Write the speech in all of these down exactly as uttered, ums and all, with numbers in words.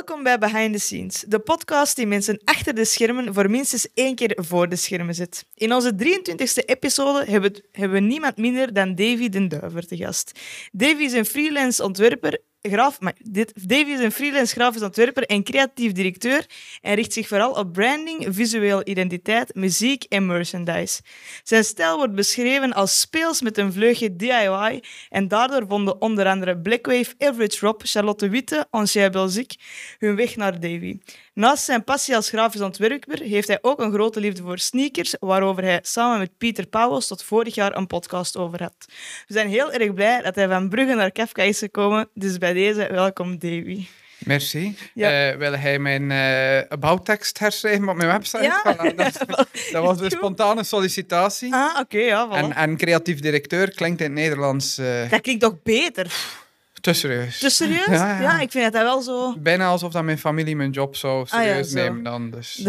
Welkom bij Behind the Scenes, de podcast die mensen achter de schermen voor minstens één keer voor de schermen zet. In onze drieëntwintigste episode hebben we, hebben we niemand minder dan Davy den Duiver te gast. Davy is een freelance ontwerper, graaf, maar dit, Davy is een freelance grafisch ontwerper en creatief directeur en richt zich vooral op branding, visuele identiteit, muziek en merchandise. Zijn stijl wordt beschreven als speels met een vleugje D I Y en daardoor vonden onder andere Blackwave, Average Rob, Charlotte Witte, Ancien Belgique hun weg naar Davy. Naast zijn passie als grafisch ontwerper heeft hij ook een grote liefde voor sneakers, waarover hij samen met Pieter Pauwels tot vorig jaar een podcast over had. We zijn heel erg blij dat hij van Brugge naar Kafka is gekomen, dus bij deze welkom Davy. Merci. Ja. Uh, wil hij mijn uh, about-tekst herschrijven op mijn website? Ja. Voilà, dat, dat was een spontane sollicitatie. Ah, oké, okay, ja, voilà. En, en creatief directeur klinkt in het Nederlands... Uh, dat klinkt toch beter? Te serieus. Te serieus? Ja, ja. ja, ik vind het dat wel zo... Bijna alsof dat mijn familie mijn job zou serieus ah, ja, nemen dan. Dus.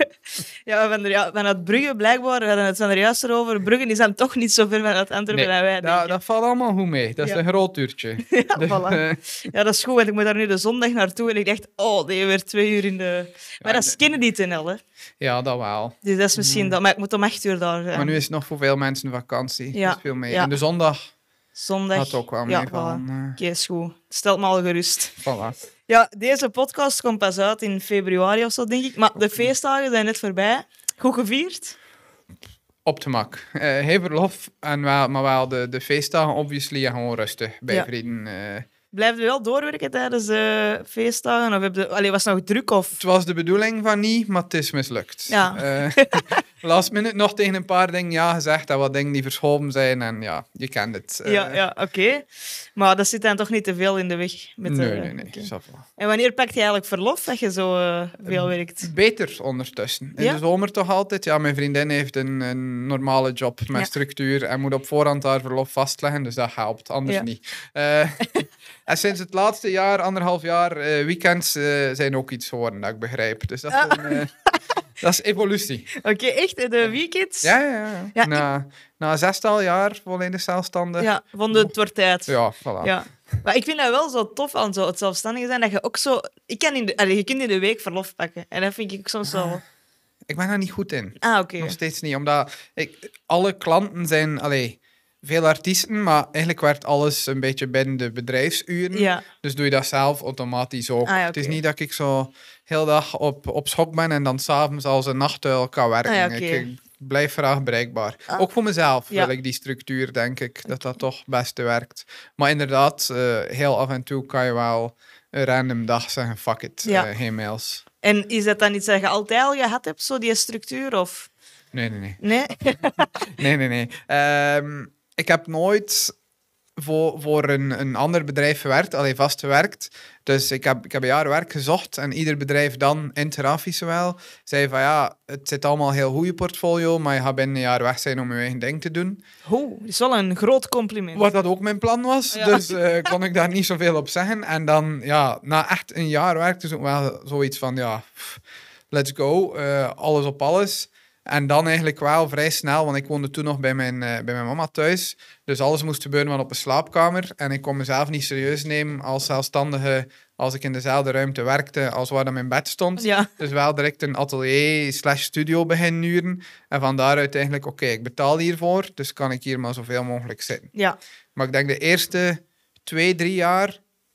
ja, van, er, ja, van het Brugge blijkbaar, we hadden het van er juist erover, Brugge is dan toch niet zo ver van het Antwerpen nee, dan wij dat, dat valt allemaal goed mee. Dat is ja. een groot uurtje. ja, dus, voilà. uh, ja, dat is goed, want ik moet daar nu de zondag naartoe en ik dacht, oh, die weer twee uur in de... Maar ja, dat is Kennedy-tunnel, hè. Ja, dat wel. Dus dat is misschien... Mm. Dat, maar ik moet om acht uur daar zijn. Maar nu is het nog voor veel mensen vakantie. Ja. Dat is veel mee. Ja. En de zondag... Zondag. Had ook wel ja, meevallen. Voilà. Uh... Oké, okay, is goed. Stelt me al gerust. Voilà. Ja, deze podcast komt pas uit in februari of zo, denk ik. Maar de feestdagen zijn net voorbij. Goed gevierd? Op de mak. Uh, heel verlof, en wel, maar wel de, de feestdagen, obviously, en gewoon rustig bij ja. vrienden. Uh... Blijf je wel doorwerken tijdens de feestdagen? Of heb je... Allee, was het nog druk? Of... Het was de bedoeling van niet, maar het is mislukt. Ja. Uh, last minute nog tegen een paar dingen ja gezegd en wat dingen die verschoven zijn. En ja, je kent het. Uh... Ja, ja oké. Okay. Maar dat zit dan toch niet te veel in de weg? Met nee, de... nee, nee. Okay. Okay. En wanneer pakt je eigenlijk verlof dat je zo uh, veel werkt? Beter ondertussen. In ja? de zomer toch altijd. Ja, mijn vriendin heeft een, een normale job met ja. structuur en moet op voorhand haar verlof vastleggen, dus dat helpt. Anders ja. niet. Uh, en sinds het laatste jaar, anderhalf jaar, uh, weekends uh, zijn ook iets geworden dat ik begrijp. Dus dat is, ah. een, uh, dat is evolutie. Oké, okay, echt? De weekends? Ja, ja, ja. ja na, ik... na zestal jaar volledig zelfstandig. Ja, vonden het wordt tijd. Ja, voilà. Ja. Maar ik vind dat wel zo tof aan zo het zelfstandige zijn, dat je ook zo... Ik kan in de, allee, je kunt in de week verlof pakken. En dat vind ik soms wel... Ah, ik ben daar niet goed in. Ah, oké. Okay. Nog steeds niet, omdat ik, alle klanten zijn... Allee, veel artiesten, maar eigenlijk werkt alles een beetje binnen de bedrijfsuren. Ja. Dus doe je dat zelf automatisch ook. Ah, ja, okay. Het is niet dat ik zo heel dag op, op schok ben en dan s'avonds als een nachtuil kan werken. Ah, ja, okay. ik, ik blijf graag bereikbaar. Ah. Ook voor mezelf ja. wil ik die structuur, denk ik, dat okay. dat toch het beste werkt. Maar inderdaad, uh, heel af en toe kan je wel een random dag zeggen, fuck it, ja. uh, geen mails. En is dat dan iets dat je altijd al gehad hebt, zo die structuur? Of? Nee, nee, nee. Nee? nee, nee, nee. Um, Ik heb nooit voor, voor een, een ander bedrijf gewerkt, alleen vast gewerkt. Dus ik heb, ik heb een jaar werk gezocht en ieder bedrijf dan, Intergrafische wel, zei van ja, het zit allemaal heel goed je portfolio, maar je gaat binnen een jaar weg zijn om je eigen ding te doen. Oeh, dat is wel een groot compliment. Wat dat ook mijn plan was, ja. dus uh, kon ik daar niet zoveel op zeggen. En dan, ja, na echt een jaar werk, dus ook wel zoiets van ja, let's go, uh, alles op alles. En dan eigenlijk wel vrij snel, want ik woonde toen nog bij mijn, uh, bij mijn mama thuis. Dus alles moest gebeuren wel op een slaapkamer. En ik kon mezelf niet serieus nemen als zelfstandige als ik in dezelfde ruimte werkte als waar dan mijn bed stond. Ja. Dus wel direct een atelier slash studio beginnen huren. En van daaruit eigenlijk, oké, okay, ik betaal hiervoor, dus kan ik hier maar zoveel mogelijk zitten. Ja. Maar ik denk de eerste twee, drie jaar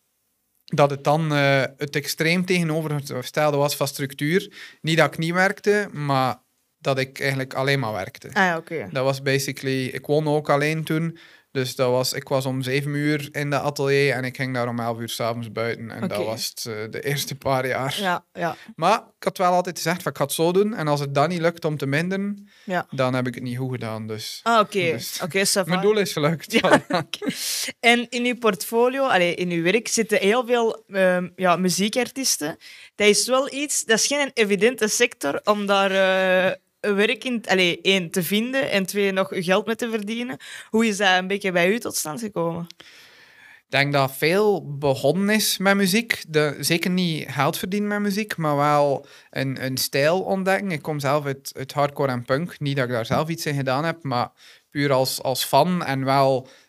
dat het dan uh, het extreem tegenovergestelde was van structuur. Niet dat ik niet werkte, maar dat ik eigenlijk alleen maar werkte. Ah, ja, okay. Dat was basically... Ik woonde ook alleen toen. Dus dat was, ik was om zeven uur in de atelier en ik ging daar om elf uur 's avonds buiten. En okay. dat was het, uh, de eerste paar jaar. Ja, ja. Maar ik had wel altijd gezegd, van, ik ga het zo doen. En als het dan niet lukt om te minderen, ja. dan heb ik het niet goed gedaan. Dus, ah, oké. Okay. Dus, okay, mijn doel is gelukt. Ja, okay. En in uw portfolio, allee, in uw werk, zitten heel veel um, ja, muziekartiesten. Dat is wel iets... Dat is geen evidente sector om daar... Uh, werk in, allez, één, te vinden en twee, nog geld mee te verdienen. Hoe is dat een beetje bij u tot stand gekomen? Ik denk dat veel begonnen is met muziek. De, zeker niet geld verdienen met muziek, maar wel een, een stijl ontdekken. Ik kom zelf uit, uit hardcore en punk. Niet dat ik daar zelf iets in gedaan heb, maar puur als, als fan en wel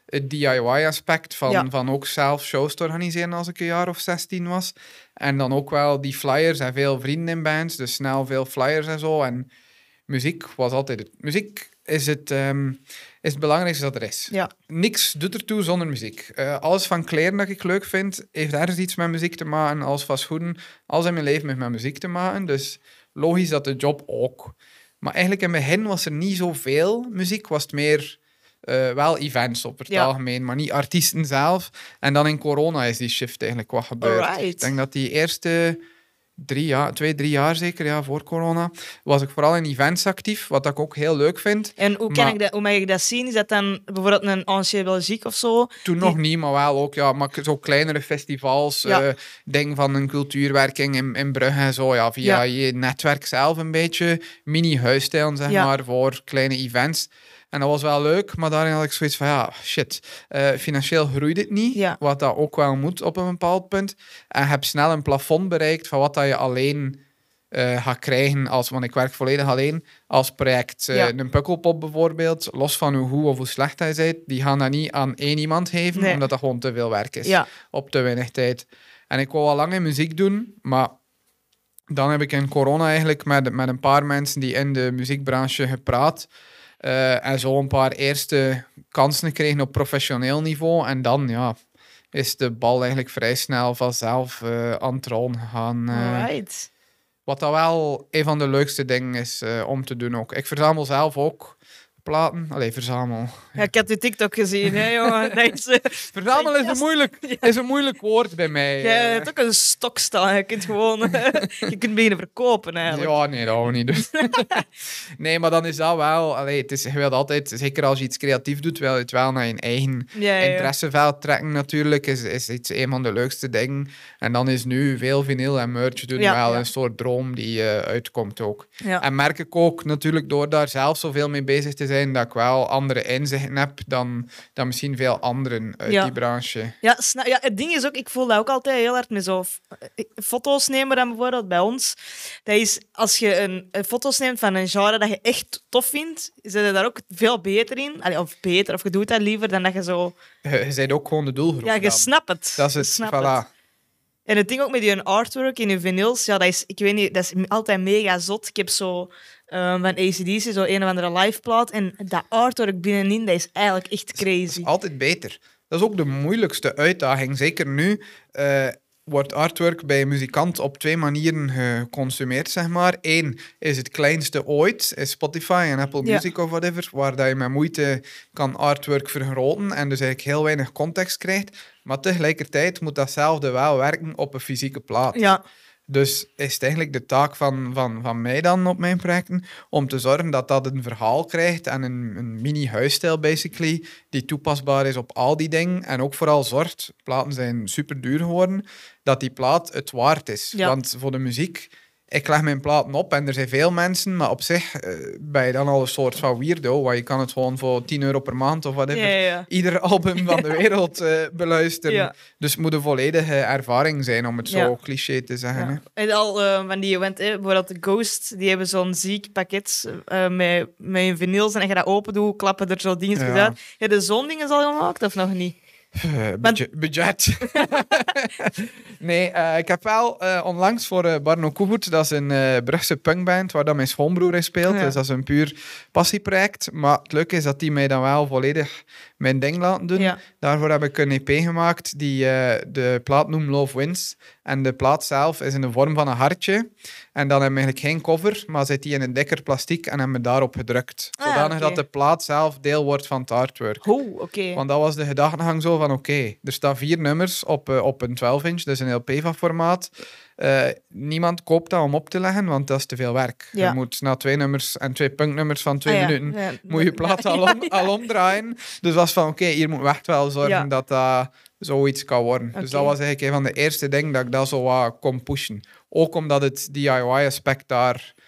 het D I Y-aspect van, Ja. van ook zelf shows te organiseren als ik een jaar of zestien was. En dan ook wel die flyers en veel vrienden in bands, dus snel veel flyers en zo. En muziek was altijd... Het. Muziek is het, um, is het belangrijkste dat er is. Ja. Niks doet ertoe zonder muziek. Uh, alles van kleren dat ik leuk vind, heeft ergens iets met muziek te maken. Alles van schoenen, alles in mijn leven heeft met muziek te maken. Dus logisch dat de job ook. Maar eigenlijk in het begin was er niet zoveel muziek. Was het meer... Uh, wel events op het ja. algemeen, maar niet artiesten zelf. En dan in corona is die shift eigenlijk wat gebeurd. Alright. Ik denk dat die eerste drie jaar, twee, drie jaar zeker, ja, voor corona, was ik vooral in events actief, wat ik ook heel leuk vind. En hoe, kan maar, ik dat, hoe mag ik dat zien? Is dat dan bijvoorbeeld een Ancien Belgique of zo? Toen die... nog niet, maar wel ook, ja, maar zo kleinere festivals, ja. uh, ding van een cultuurwerking in, in Brugge en zo, ja, via ja. je netwerk zelf een beetje, mini-huisstijlen, zeg ja. maar, voor kleine events. En dat was wel leuk, maar daarin had ik zoiets van, ja, shit, uh, financieel groeit het niet, ja. wat dat ook wel moet op een bepaald punt. En heb snel een plafond bereikt van wat dat je alleen uh, gaat krijgen, als, want ik werk volledig alleen, als project. Uh, ja. Een Pukkelpop bijvoorbeeld, los van hoe goed of hoe slecht hij bent, die gaan dat niet aan één iemand geven, nee. omdat dat gewoon te veel werk is, ja. op te weinig tijd. En ik wou al lang in muziek doen, maar... Dan heb ik in corona eigenlijk met, met een paar mensen die in de muziekbranche gepraat. Uh, en zo een paar eerste kansen kregen op professioneel niveau. En dan ja, is de bal eigenlijk vrij snel vanzelf uh, aan het rollen gegaan. Uh, Alright. Wat dat wel een van de leukste dingen is uh, om te doen ook. Ik verzamel zelf ook platen. Allee, verzamel. Ja, ik had je TikTok gezien, hè, jongen. Dat is, uh, Verzamelen is een, moeilijk, is een moeilijk woord bij mij. Ja, je hebt ook een stok staan. Je kunt gewoon... je kunt beginnen verkopen, eigenlijk. Ja, nee, dat gaan we niet doen. Nee, maar dan is dat wel... Allee, het is, je wilt altijd... Zeker als je iets creatief doet, wil je het wel naar je eigen ja, ja, ja. interesseveld trekken, natuurlijk. Is, is iets een van de leukste dingen. En dan is nu veel vinyl en merch doen ja, wel ja. een soort droom die uh, uitkomt ook. Ja. En merk ik ook, natuurlijk, door daar zelf zoveel mee bezig te zijn, dat ik wel andere inzichten heb dan, dan misschien veel anderen uit ja. die branche. Ja, sna- ja, het ding is ook, ik voel dat ook altijd heel hard met zo foto's nemen dan bijvoorbeeld bij ons. Dat is, als je een, een foto's neemt van een genre dat je echt tof vindt, zit je daar ook veel beter in. Allee, of beter, of je doet dat liever dan dat je zo... Je, je bent ook gewoon de doelgroep. Ja, je dan. snapt het. Dat is het, voilà. Het. En het ding ook met die artwork in je vinyls, ja, dat is, ik weet niet, dat is altijd mega zot. Ik heb zo... Um, van A C D C, zo een of andere liveplaat. En dat artwork binnenin, dat is eigenlijk echt crazy. Dat is altijd beter. Dat is ook de moeilijkste uitdaging. Zeker nu uh, wordt artwork bij een muzikant op twee manieren geconsumeerd, zeg maar. Eén is het kleinste ooit, is Spotify en Apple Music ja. of whatever, waar dat je met moeite kan artwork vergroten en dus eigenlijk heel weinig context krijgt. Maar tegelijkertijd moet datzelfde wel werken op een fysieke plaat. Ja. Dus is het eigenlijk de taak van, van, van mij dan op mijn projecten om te zorgen dat dat een verhaal krijgt en een, een mini-huisstijl, basically, die toepasbaar is op al die dingen. En ook vooral zorgt, platen zijn super duur geworden, dat die plaat het waard is. Ja. Want voor de muziek, ik leg mijn platen op en er zijn veel mensen, maar op zich uh, ben je dan al een soort van weirdo, waar je kan het gewoon voor tien euro per maand of whatever, ja, ja. ieder album van de wereld uh, beluisteren. Ja. Dus het moet een volledige ervaring zijn, om het zo ja. cliché te zeggen. Ja. En al uh, van die event, hè, bijvoorbeeld de Ghost, die hebben zo'n ziek pakket uh, met, met een vinyls en als je dat open doet, klappen er zo dingen ja. uit. Heb je zo'n dingen al gemaakt of nog niet? Uh, budget. budget. nee, uh, ik heb wel uh, onlangs voor uh, Barno Koevoet, dat is een uh, Brugse punkband waar dat mijn schoonbroer in speelt. Ja. Dus dat is een puur passieproject. Maar het leuke is dat die mij dan wel volledig mijn ding laten doen. Ja. Daarvoor heb ik een E P gemaakt die uh, de plaat noemt Love Wins. En de plaat zelf is in de vorm van een hartje. En dan hebben we eigenlijk geen cover, maar zit die in een dikker plastiek en hebben we daarop gedrukt. Ah, zodanig okay. dat de plaat zelf deel wordt van het artwork. Oh, oké. Okay. Want dat was de gedachtegang zo van, oké, okay, er staan vier nummers op, uh, op een twaalf inch, dus een L P van formaat. Uh, niemand koopt dat om op te leggen, want dat is te veel werk. Ja. Je moet na twee nummers en twee punknummers van twee ah, minuten, ja. Ja. moet je plaat ja. al, om, al omdraaien. Dus was van, oké, okay, hier moeten we echt wel zorgen ja. dat dat uh, zoiets kan worden. Okay. Dus dat was eigenlijk een van de eerste dingen dat ik dat zo uh, kon pushen. Ook omdat het D I Y-aspect daar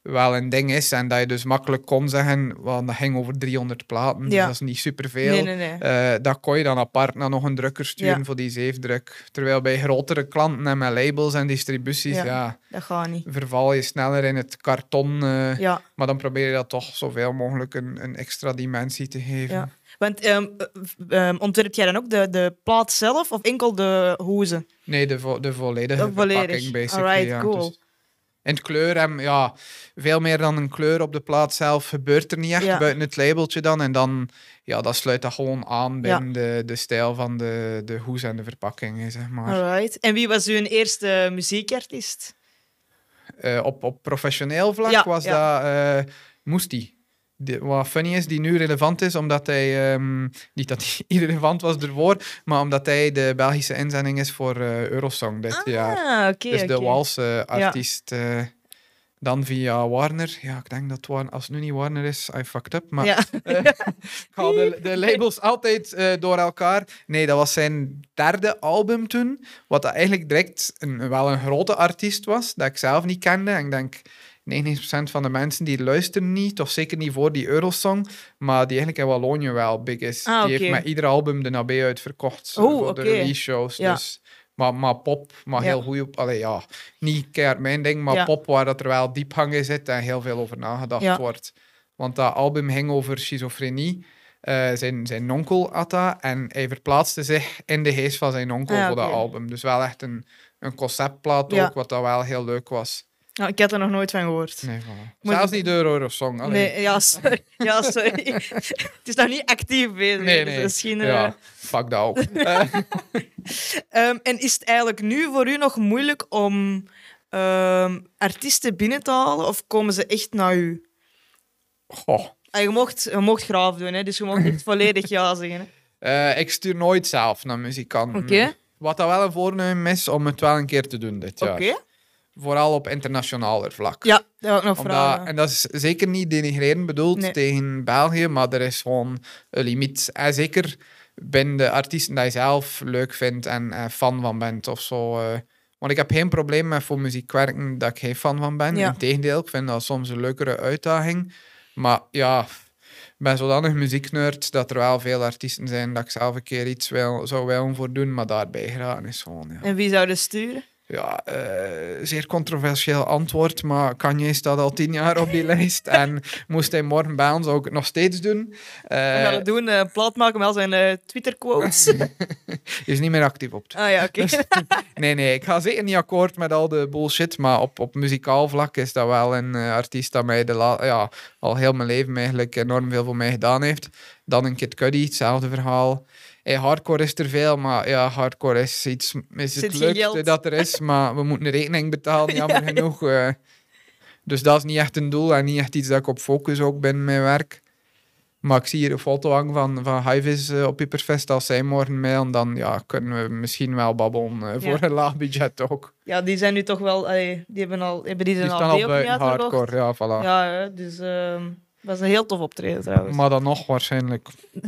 wel een ding is. En dat je dus makkelijk kon zeggen, want dat ging over driehonderd platen. Dus Ja. dat is niet superveel. Nee, nee, nee. Uh, dat kon je dan apart naar nog een drukker sturen Ja. voor die zeefdruk. Terwijl bij grotere klanten en met labels en distributies, ja, Ja, dat gaat niet. verval je sneller in het karton. Uh, Ja. Maar dan probeer je dat toch zoveel mogelijk een, een extra dimensie te geven. Ja. Want um, um, ontwerp jij dan ook de, de plaat zelf of enkel de hoezen? Nee, de, vo- de volledige Oh, volledig. verpakking, basically. Alright, ja. cool. Dus in het kleur, en ja, veel meer dan een kleur op de plaat zelf gebeurt er niet echt, Ja. buiten het labeltje dan. En dan, ja, dat sluit dat gewoon aan binnen Ja. de, de stijl van de, de hoes en de verpakking, zeg maar. Alright. En wie was uw eerste muziekartiest? Uh, op, op professioneel vlak Ja, was ja. dat uh, Moesti. De, wat funny is, die nu relevant is, omdat hij... Um, niet dat hij irrelevant was ervoor, maar omdat hij de Belgische inzending is voor uh, Eurosong dit ah, jaar. Okay, dus de okay. Walse artiest. Ja. Uh, dan via Warner. Ja, ik denk dat Warner, als het nu niet Warner is, I fucked up. Maar ja. uh, ik haal de, de labels altijd uh, door elkaar. Nee, dat was zijn derde album toen. Wat eigenlijk direct een, wel een grote artiest was, dat ik zelf niet kende. En ik denk... negentig procent van de mensen die luisteren niet, toch zeker niet voor die Eurosong, maar die eigenlijk in Wallonië wel big is. Ah, die okay. heeft met ieder album de nabij uitverkocht oh, voor okay. de release shows. Ja. Dus, maar, maar pop, maar ja. heel goed op... Allee, ja, niet keihard mijn ding, maar ja. pop waar dat er wel diepgang in zit en heel veel over nagedacht ja. wordt. Want dat album ging over schizofrenie. Uh, zijn, zijn onkel had dat en hij verplaatste zich in de geest van zijn onkel ah, voor okay. dat album. Dus wel echt een, een conceptplaat ja. ook, wat dat wel heel leuk was. Nou, ik had er nog nooit van gehoord. Nee, voilà. Zelfs niet de Eurosong. Nee, ja, sorry. Ja, sorry. Het is nog niet actief bezig. Nee, nee. Dus misschien, uh... ja, fuck dat ook. um, en is het eigenlijk nu voor u nog moeilijk om um, artiesten binnen te halen? Of komen ze echt naar u? Goh. Ah, je, mocht, je mocht graaf doen, hè? Dus je mocht echt volledig ja zeggen. Hè? Uh, ik stuur nooit zelf naar muzikanten. Okay. Wat dat wel een voornemen is om het wel een keer te doen dit jaar. Okay. Vooral op internationaler vlak. Ja, dat wil ik nog Omdat, vragen. En dat is zeker niet denigrerend bedoeld nee. tegen België, maar er is gewoon een limiet. En zeker binnen de artiesten die je zelf leuk vindt en uh, fan van bent of zo. Uh, want ik heb geen probleem met voor muziek werken dat ik geen fan van ben. Ja. Integendeel, ik vind dat soms een leukere uitdaging. Maar ja, ik ben zodanig muzieknerd dat er wel veel artiesten zijn dat ik zelf een keer iets wil, zou willen voor doen, maar daarbij geraken is gewoon... Ja. En wie zou dat sturen? Ja, uh, zeer controversieel antwoord, maar Kanye staat al tien jaar op die lijst. En moest hij morgen bellen, zou ik het nog steeds doen. Uh, We gaan het doen, uh, plaat maken met al zijn uh, Twitter-quotes. Hij is niet meer actief op Ah ja, oké. Okay. nee, nee, ik ga zeker niet akkoord met al de bullshit, maar op, op muzikaal vlak is dat wel een uh, artiest dat mij de la- ja, al heel mijn leven eigenlijk enorm veel voor mij gedaan heeft. Dan een Kid Cudi, hetzelfde verhaal. Hey, hardcore is er veel, maar ja, hardcore is, iets, is het leukste dat er is. Maar we moeten een rekening betalen, jammer ja. genoeg. Uh, dus dat is niet echt een doel en niet echt iets dat ik op focus ook binnen mijn werk. Maar ik zie hier een foto hangen van, van Highvis uh, op Hyperfest. Als zij morgen mailen, dan ja, kunnen we misschien wel babbelen uh, voor ja. een laag budget ook. Ja, die zijn nu toch wel... Allee, die hebben al... Hebben die, die al staan al buiten hardcore, ja, voilà. Ja, dus... Uh, dat was een heel tof optreden trouwens. Maar dan nog waarschijnlijk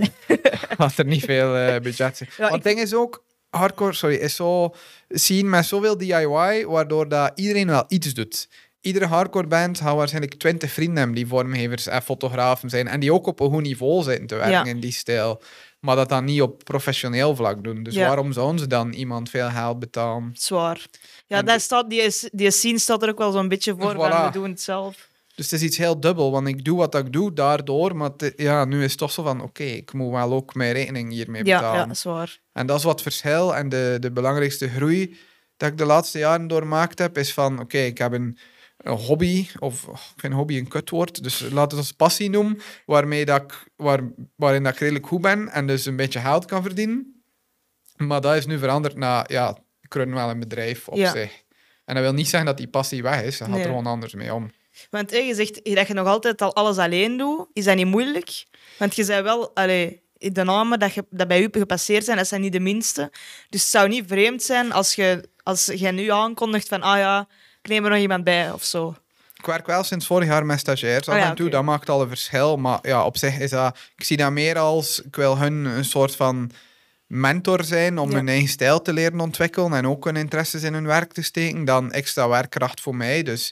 had er niet veel uh, budget zijn. Ja, Want het ik... ding is ook, hardcore, sorry, is zo zien met zoveel D I Y, waardoor dat iedereen wel iets doet. Iedere hardcore band gaat waarschijnlijk twintig vrienden hebben die vormgevers en fotografen zijn. En die ook op een goed niveau zitten te werken ja. in die stijl. Maar dat dan niet op professioneel vlak doen. Dus ja. waarom zouden ze dan iemand veel geld betalen? Zwaar. Ja, dat staat, die, die scene staat er ook wel zo'n beetje voor. Voilà. Van, we doen het zelf. Dus het is iets heel dubbel, want ik doe wat ik doe daardoor, maar te, ja, nu is het toch zo van, oké, okay, ik moet wel ook mijn rekening hiermee betalen. Ja, ja, dat is waar. En dat is wat het verschil en de, de belangrijkste groei dat ik de laatste jaren doormaakt heb, is van, oké, okay, ik heb een, een hobby, of ik vind hobby een kutwoord, dus laten we het als passie noemen, waarmee dat ik, waar, waarin dat ik redelijk goed ben en dus een beetje geld kan verdienen. Maar dat is nu veranderd naar, ja, ik run wel een bedrijf op ja. zich. En dat wil niet zeggen dat die passie weg is, dat gaat nee. er gewoon anders mee om. Want hey, je zegt dat je nog altijd al alles alleen doet. Is dat niet moeilijk? Want je zei wel, allee, de namen dat, je, dat bij u gepasseerd zijn, dat zijn niet de minste. Dus het zou niet vreemd zijn als je, als je nu aankondigt van ah ja, ik neem er nog iemand bij of zo. Ik werk wel sinds vorig jaar met stagiairs af oh ja, en toe. Okay. Dat maakt al een verschil. Maar ja, op zich is dat... Ik zie dat meer als... Ik wil hun een soort van mentor zijn om ja. hun eigen stijl te leren ontwikkelen en ook hun interesses in hun werk te steken dan extra werkkracht voor mij. Dus...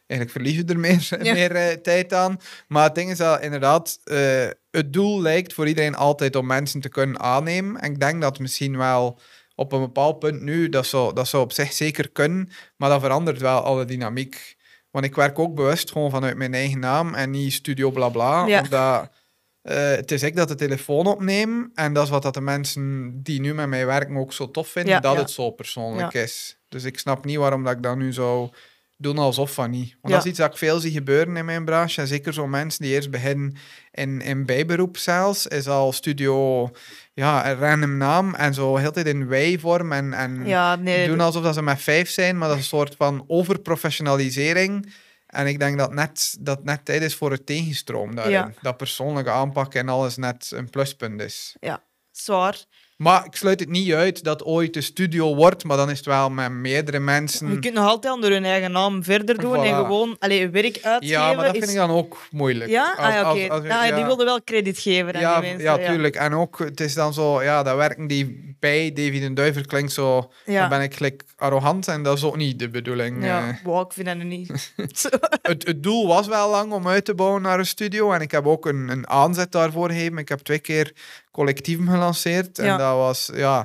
eigenlijk verlies je er meer, Ja. meer uh, tijd aan. Maar het ding is dat inderdaad, uh, het doel lijkt voor iedereen altijd om mensen te kunnen aannemen. En ik denk dat misschien wel op een bepaald punt nu, dat zou, dat zou op zich zeker kunnen, maar dat verandert wel alle dynamiek. Want ik werk ook bewust gewoon vanuit mijn eigen naam en niet studio blabla. Ja. Omdat uh, het is ik dat de telefoon opneem en dat is wat dat de mensen die nu met mij werken ook zo tof vinden, Ja, dat ja. het zo persoonlijk Ja. is. Dus ik snap niet waarom dat ik dat nu zou doen alsof van niet. Want Ja. dat is iets dat ik veel zie gebeuren in mijn branche. En zeker zo mensen die eerst beginnen in, in bijberoep zelfs, is al studio, ja, een random naam en zo heel tijd in wij-vorm en, en Ja, nee, doen alsof dat ze met vijf zijn, maar dat is een soort van overprofessionalisering. En ik denk dat net, dat net tijd is voor het tegenstroom daarin. Ja. Dat persoonlijke aanpak en alles net een pluspunt is. ja, zwaar. Maar ik sluit het niet uit dat ooit een studio wordt, maar dan is het wel met meerdere mensen. Je kunt nog altijd onder hun eigen naam verder doen Voilà. en gewoon allee, werk uitgeven. Ja, maar dat is... vind ik dan ook moeilijk. Ja? Ah, ja, Als- oké. als- als- Ah, ja. Die wilden wel krediet geven aan Ja, die mensen. ja, tuurlijk. En ook, het is dan zo, ja, dat werken die bij Davy den Duiver klinkt zo, Ja. dan ben ik gelijk arrogant en dat is ook niet de bedoeling. Ja, eh. wow, ik vind dat nu niet. Zo. Het, het doel was wel lang om uit te bouwen naar een studio en ik heb ook een, een aanzet daarvoor gegeven. Ik heb twee keer collectieven gelanceerd en Ja. dat was, ja,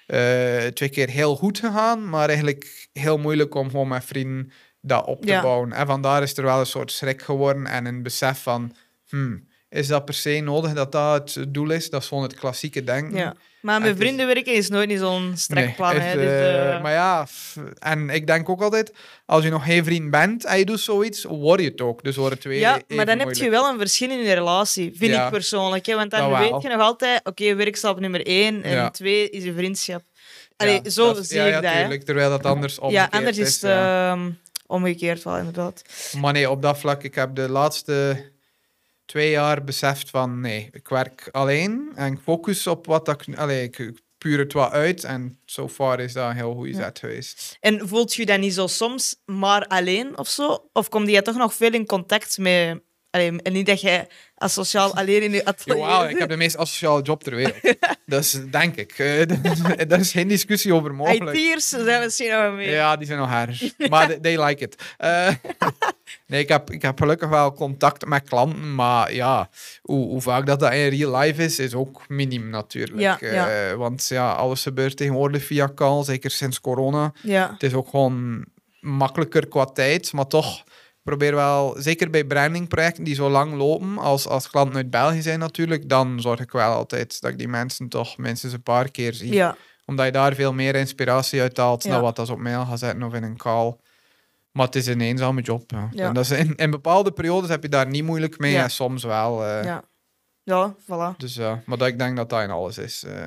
eh, twee keer heel goed gegaan, maar eigenlijk heel moeilijk om gewoon met vrienden dat op te Ja. bouwen. En vandaar is er wel een soort schrik geworden en een besef van, hmm, is dat per se nodig dat dat het doel is? Dat is gewoon het klassieke denken. Ja. Maar En met het is- vrienden werken is nooit niet zo'n strak Nee, plan. het, Hè. Dus, eh, eh, Maar ja, f- en ik denk ook altijd, als je nog geen vriend bent en je doet zoiets, word je het ook. Dus worden twee ja, even maar dan heb je moeilijk. wel een verschil in je relatie, vind Ja. ik persoonlijk. Hè? Want dan Dat wel. weet je nog altijd, oké, werkstap nummer één en Ja. twee is je vriendschap. Allee, Ja, zo dat is- zie ja, ik ja, dat. hè. tuurlijk, terwijl dat anders omgekeerd Ja, anders is is. het ja. ehm, omgekeerd wel, inderdaad. Maar nee, op dat vlak, ik heb de laatste twee jaar beseft van, nee, ik werk alleen en ik focus op wat dat ik... Allee, ik, ik puur het wat uit en so far is dat een heel goede Ja. zet geweest. En voelt je dat niet zo soms maar alleen of zo? Of kom je toch nog veel in contact met... Allee, en niet dat jij asociaal alleen in je atelier Jawel, ik zit. heb de meest asociale job ter wereld. Dus denk ik. eh, Daar is geen discussie over mogelijk. I T'ers zijn misschien nog wel mee. Ja, die zijn nog erger. Maar they, they like it. Eh, nee, ik heb, ik heb gelukkig wel contact met klanten, maar ja, hoe, hoe vaak dat, dat in real life is, is ook minim natuurlijk. Ja, Eh, ja. want ja, alles gebeurt tegenwoordig via call, zeker sinds corona. Ja. Het is ook gewoon makkelijker qua tijd, maar toch probeer wel, zeker bij brandingprojecten die zo lang lopen, als, als klanten uit België zijn natuurlijk, dan zorg ik wel altijd dat ik die mensen toch minstens een paar keer zie. Ja. Omdat je daar veel meer inspiratie uit haalt Ja. dan wat dat ze op mail gaat zetten of in een call. Maar het is een eenzame job. Ja. Ja. En dat is in, in bepaalde periodes heb je daar niet moeilijk mee Ja. en soms wel. eh, Ja. Ja, voilà. Dus, ja maar dat, ik denk dat dat in alles is. eh.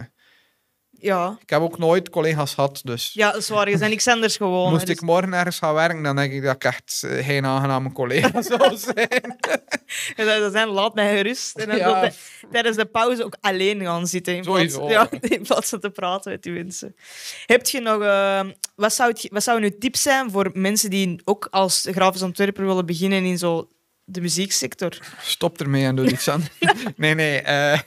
Ja. Ik heb ook nooit collega's gehad, dus Ja, dat is waar. Je bent niks anders gewoon. moest hè. Dus- ik morgen ergens gaan werken, dan denk ik dat ik echt eh, geen aangename collega zou zijn. En dat zijn laat mij gerust. En dan Ja. wil je tijdens de pauze ook alleen gaan zitten. In plaats, Sowieso. ja, in plaats van te praten met die mensen. Heb je nog... eh, wat, zou het, wat zouden uw tips zijn voor mensen die ook als grafisch ontwerper willen beginnen in zo de muzieksector? Stop ermee en doe iets aan. Nee, nee. eh,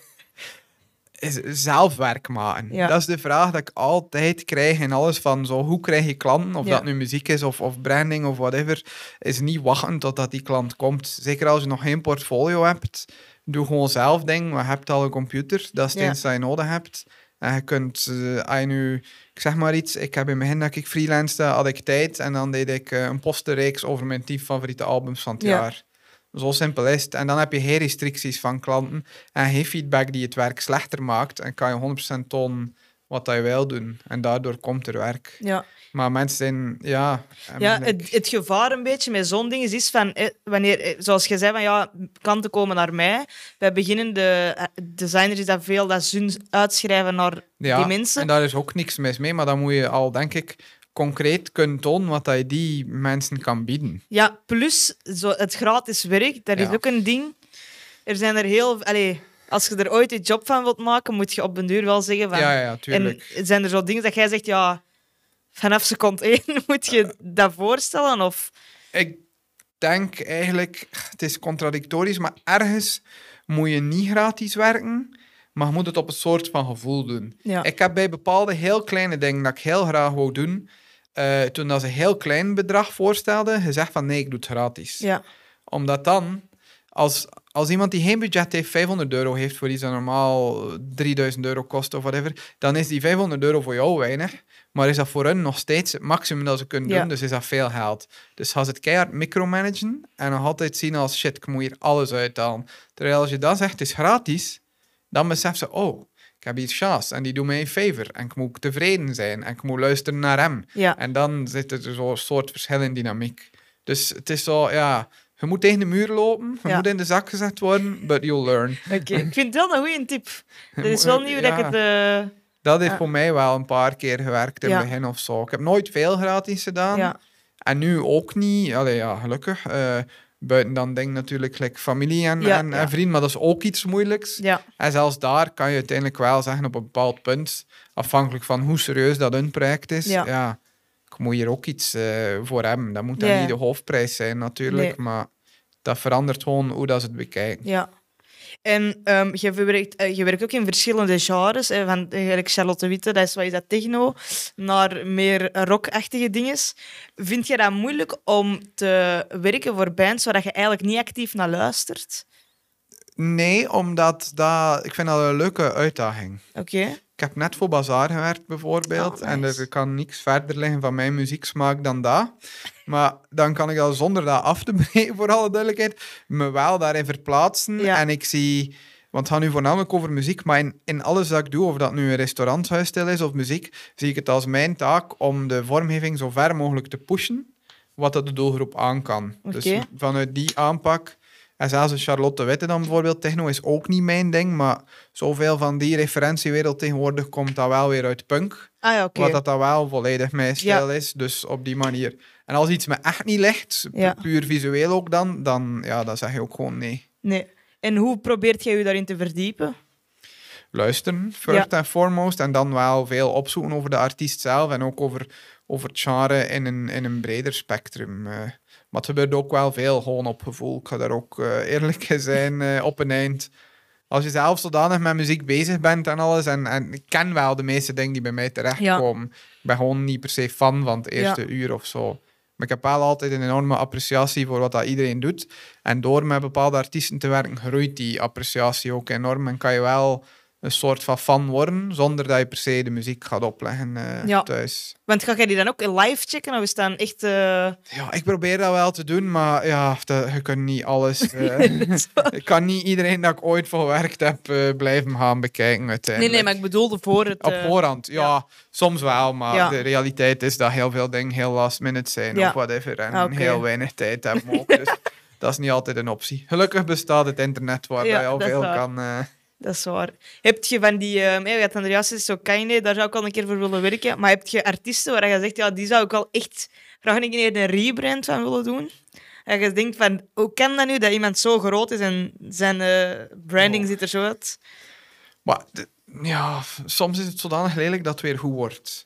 is zelf werk maken. Ja. Dat is de vraag dat ik altijd krijg in alles van zo, hoe krijg je klanten, of Ja. dat nu muziek is of, of branding of whatever, is niet wachten totdat die klant komt. Zeker als je nog geen portfolio hebt, doe gewoon zelf dingen. Je hebt al een computer, dat is het Ja. enige dat je nodig hebt. En je kunt, eh, als je nu, ik zeg maar iets, ik heb in het begin dat ik freelancede, had ik tijd en dan deed ik eh, een posterreeks over mijn tien favoriete albums van het Ja. jaar. Zo simpel is het. En dan heb je geen restricties van klanten en geen feedback die het werk slechter maakt. En kan je honderd procent tonen wat dat je wil doen. En daardoor komt er werk. Ja, Maar mensen zijn, ja... ja hebben het, het gevaar een beetje met zo'n ding is van... eh, wanneer, eh, zoals je zei, van, ja, klanten komen naar mij. Bij beginnende eh, designers is dat veel dat ze hun uitschrijven naar ja, die mensen. En daar is ook niks mis mee. Maar dan moet je al, denk ik, concreet kunnen tonen wat dat je die mensen kan bieden. Ja, plus zo, het gratis werk, dat is Ja. ook een ding. Er zijn er heel... Allee, als je er ooit een job van wilt maken, moet je op den duur wel zeggen van... Ja, ja, tuurlijk. En zijn er zo dingen dat jij zegt, ja, vanaf seconde één moet je dat voorstellen? Of... Ik denk eigenlijk, het is contradictorisch, maar ergens moet je niet gratis werken, maar je moet het op een soort van gevoel doen. Ja. Ik heb bij bepaalde heel kleine dingen dat ik heel graag wou doen, uh, toen dat ze een heel klein bedrag voorstelden, gezegd van nee, ik doe het gratis. Ja. Omdat dan, als, als iemand die geen budget heeft, vijfhonderd euro heeft voor iets dat normaal drieduizend euro kost of whatever, dan is die vijfhonderd euro voor jou weinig. Maar is dat voor hen nog steeds het maximum dat ze kunnen Ja. doen, dus is dat veel geld. Dus gaan ze het keihard micromanagen en nog altijd zien als shit, ik moet hier alles uithalen. Terwijl als je dan zegt, het is gratis, dan besef ze, oh, ik heb hier chance en die doet mij een favor en ik moet tevreden zijn en ik moet luisteren naar hem. Ja. En dan zit er zo'n soort verschil in dynamiek. Dus het is zo, ja, je moet tegen de muur lopen, je Ja. moet in de zak gezet worden, but you'll learn. Oké, ik vind het wel een goede tip. Dat is moet- wel nieuw dat ik ja. het... eh, Dat heeft Ja. voor mij wel een paar keer gewerkt in Ja. het begin of zo. Ik heb nooit veel gratis gedaan. ja. En nu ook niet. Allee, ja, gelukkig. Uh, buiten dan denk natuurlijk like familie en, Ja, en, ja. en vrienden, maar dat is ook iets moeilijks. Ja. En zelfs daar kan je uiteindelijk wel zeggen op een bepaald punt, afhankelijk van hoe serieus dat hun project is, Ja. ja, ik moet hier ook iets uh, voor hebben. Dat moet dan Ja. niet de hoofdprijs zijn natuurlijk, Nee. maar dat verandert gewoon hoe dat ze het bekijken. Ja. En um, je, werkt, uh, je werkt ook in verschillende genres. Hè, van eigenlijk Charlotte Witte, dat is, wat is dat, techno, naar meer rockachtige dingen. Vind je dat moeilijk om te werken voor bands waar je eigenlijk niet actief naar luistert? Nee, omdat dat, ik vind dat een leuke uitdaging. Oké. Okay. Ik heb net voor Bazaar gewerkt, bijvoorbeeld. Oh, en nice. er kan niks verder liggen van mijn muzieksmaak dan dat. Maar dan kan ik al zonder dat af te breken, voor alle duidelijkheid, me wel daarin verplaatsen. Ja. En ik zie... Want het gaat nu voornamelijk over muziek, maar in, in alles dat ik doe, of dat nu een restauranthuisstijl is of muziek, zie ik het als mijn taak om de vormgeving zo ver mogelijk te pushen, wat dat de doelgroep aan kan. Okay. Dus vanuit die aanpak... En zelfs een Charlotte Witte dan bijvoorbeeld, techno is ook niet mijn ding, maar zoveel van die referentiewereld tegenwoordig komt dat wel weer uit punk. Ah ja, oké. Wat dat dan wel volledig mijn stijl Ja. is, dus op die manier. En als iets me echt niet ligt, pu- Ja. puur visueel ook dan, dan, ja, dan zeg je ook gewoon nee. Nee. En hoe probeert jij je daarin te verdiepen? Luisteren, first Ja. and foremost, en dan wel veel opzoeken over de artiest zelf en ook over, over het genre in een, in een breder spectrum. Uh, maar het gebeurt ook wel veel gewoon op gevoel. Ik ga daar ook uh, eerlijk in zijn uh, op een eind. Als je zelf zodanig met muziek bezig bent en alles, en, en ik ken wel de meeste dingen die bij mij terechtkomen. Ja. Ik ben gewoon niet per se fan van het eerste ja. uur of zo. Maar ik heb wel altijd een enorme appreciatie voor wat dat iedereen doet. En door met bepaalde artiesten te werken, groeit die appreciatie ook enorm. En kan je wel een soort van fan worden, zonder dat je per se de muziek gaat opleggen uh, ja. thuis. Want ga jij die dan ook live checken? Of is dat echt... Uh... Ja, ik probeer dat wel te doen, maar ja, dat, je kunt niet alles... Uh, ik kan niet iedereen dat ik ooit voor gewerkt heb uh, blijven gaan bekijken uiteindelijk. Nee, nee, maar ik bedoelde voor het... Uh... Op voorhand, ja, ja. Soms wel, maar ja. de realiteit is dat heel veel dingen heel last minute zijn ja. of whatever. En okay. heel weinig tijd hebben ook, dus dat is niet altijd een optie. Gelukkig bestaat het internet waar ja, je al veel waar. kan... Uh, Dat is waar. Heb je van die... Uh, je had Andreas zo Kanye, daar zou ik al een keer voor willen werken. Maar heb je artiesten waar je zegt, ja, die zou ik wel echt graag een keer een rebrand van willen doen? En je denkt van, hoe kan dat nu dat iemand zo groot is en zijn uh, branding oh. ziet er zo uit? Maar, de, ja, soms is het zodanig lelijk dat het weer goed wordt.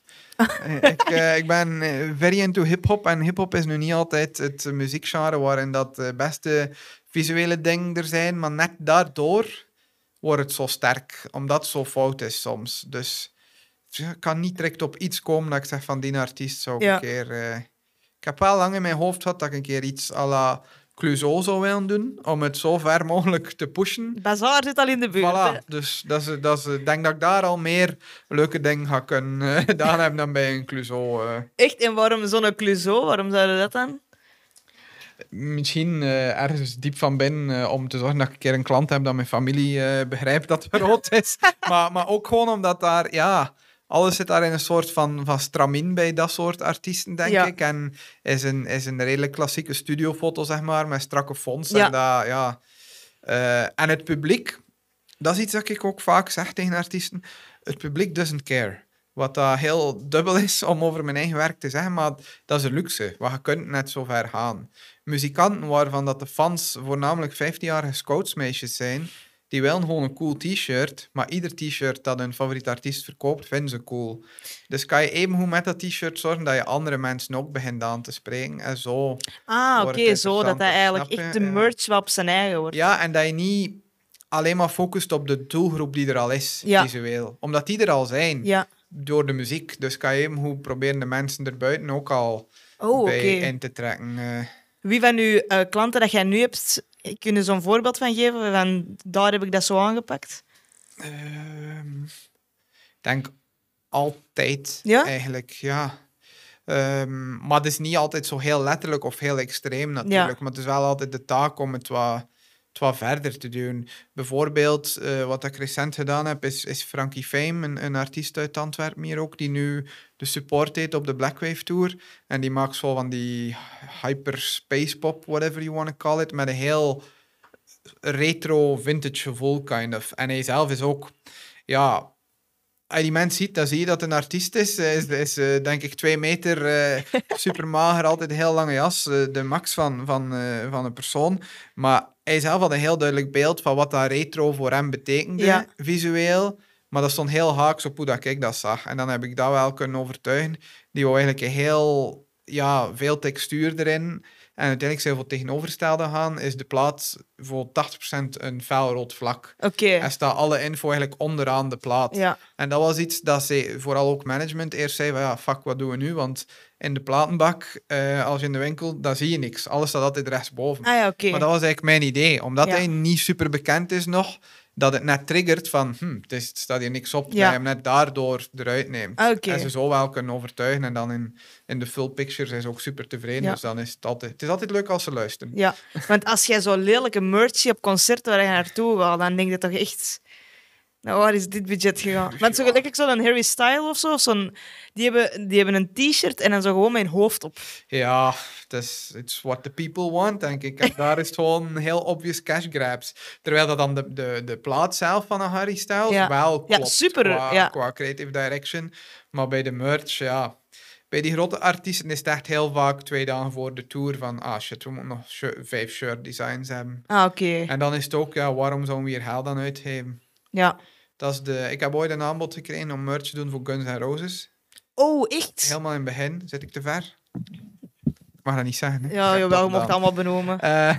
ik, uh, ik ben very into hip-hop en hip-hop is nu niet altijd het muziekgenre waarin dat de beste visuele dingen er zijn, maar net daardoor wordt het zo sterk, omdat het zo fout is soms. Dus ik kan niet direct op iets komen dat ik zeg van die artiest zou ik ja. een keer... Uh... Ik heb wel lang in mijn hoofd gehad dat ik een keer iets à la Clouseau zou willen doen, om het zo ver mogelijk te pushen. Bazaar zit al in de buurt. Voilà, dus dat is, dat is, ik denk dat ik daar al meer leuke dingen ga kunnen uh, gedaan hebben dan bij een Clouseau. Uh. Echt? En waarom zo'n Clouseau? Waarom zouden dat dan? Misschien uh, ergens diep van binnen uh, om te zorgen dat ik een keer een klant heb dat mijn familie uh, begrijpt dat het rood is. maar, maar ook gewoon omdat daar, ja, alles zit daar in een soort van, van stramien bij dat soort artiesten, denk ja. ik. En is een, is een redelijk klassieke studiofoto, zeg maar, met strakke fonts. Ja. En, dat, ja, uh, en het publiek, dat is iets dat ik ook vaak zeg tegen artiesten. Het publiek doesn't care. Wat dat heel dubbel is om over mijn eigen werk te zeggen, maar dat is een luxe. Want je kunt net zo ver gaan. Muzikanten waarvan dat de fans voornamelijk vijftienjarige scoutsmeisjes zijn, die willen gewoon een cool t-shirt, maar ieder t-shirt dat een favoriete artiest verkoopt, vinden ze cool. Dus kan je evengoed met dat t-shirt zorgen dat je andere mensen ook begint aan te spreken. En zo ah, oké, okay, zo dat dat eigenlijk echt de merch wel op zijn eigen wordt. Ja, en dat je niet alleen maar focust op de doelgroep die er al is, ja. visueel. Omdat die er al zijn. Ja. door de muziek. Dus kan je even hoe proberen de mensen erbuiten ook al Oh, bij oké. in te trekken. Uh. Wie van uw uh, klanten dat jij nu hebt, kun je zo'n voorbeeld van geven? Van, daar heb ik dat zo aangepakt. Ik uh, denk altijd, ja? eigenlijk, ja. Um, maar het is niet altijd zo heel letterlijk of heel extreem natuurlijk. Ja. Maar het is wel altijd de taak om het wat, het wat verder te doen. Bijvoorbeeld, uh, wat ik recent gedaan heb, is, is Frankie Fame, een, een artiest uit Antwerpen hier ook, die nu de support deed op de Blackwave Tour. En die maakt zo van die hyper space pop, whatever you want to call it, met een heel retro vintage gevoel, kind of. En hij zelf is ook, ja... Als je die mens ziet, dan zie je dat het een artiest is. Hij is, is uh, denk ik twee meter, uh, super mager, altijd een heel lange jas. Uh, de max van, van, uh, van een persoon. Maar hij zelf had een heel duidelijk beeld van wat dat retro voor hem betekende, ja. visueel. Maar dat stond heel haaks op hoe dat ik dat zag. En dan heb ik dat wel kunnen overtuigen. Die wou eigenlijk een heel, ja, veel textuur erin. En uiteindelijk zijn we voor het tegenovergestelde gaan, is de plaat voor tachtig procent een felrood vlak. Okay. En staat alle info eigenlijk onderaan de plaat. Ja. En dat was iets dat ze, vooral ook management, eerst zei van ja, fuck, wat doen we nu? Want in de platenbak, uh, als je in de winkel, dan zie je niks. Alles staat altijd rechtsboven. Ah, ja, okay. Maar dat was eigenlijk mijn idee. Omdat ja. hij niet super bekend is nog, dat het net triggert van, hm, het, is, het staat hier niks op, ja. dat je hem net daardoor eruit neemt. Ah, okay. En ze zo wel kunnen overtuigen. En dan in, in de full picture zijn ze ook super tevreden. Ja. Dus dan is het altijd... Het is altijd leuk als ze luisteren. Ja, want als jij zo lelijke merch ziet op concerten waar je naartoe gaat, dan denk je toch echt... Nou, waar is dit budget gegaan? Want zo gelijk zo'n Harry Styles of zo, of zo'n, die, hebben, die hebben een t-shirt en dan zo gewoon mijn hoofd op. Ja, it's, it's what the people want, denk ik. En daar is het gewoon heel obvious cash grabs. Terwijl dat dan de, de, de plaat zelf van een Harry Styles ja. wel klopt ja, super, qua, ja. qua creative direction. Maar bij de merch, ja... Bij die grote artiesten is het echt heel vaak twee dagen voor de tour van ah shit, we moeten nog sh- vijf shirt designs hebben. Ah, oké. Okay. En dan is het ook, ja, waarom zouden we hier geld aan uitgeven? Ja. Dat is de, ik heb ooit een aanbod gekregen om merch te doen voor Guns N' Roses. Oh, echt? Helemaal in het begin. Zit ik te ver? Ik mag dat niet zeggen. Hè? Ja, jawel, je mocht het allemaal benoemen. Uh,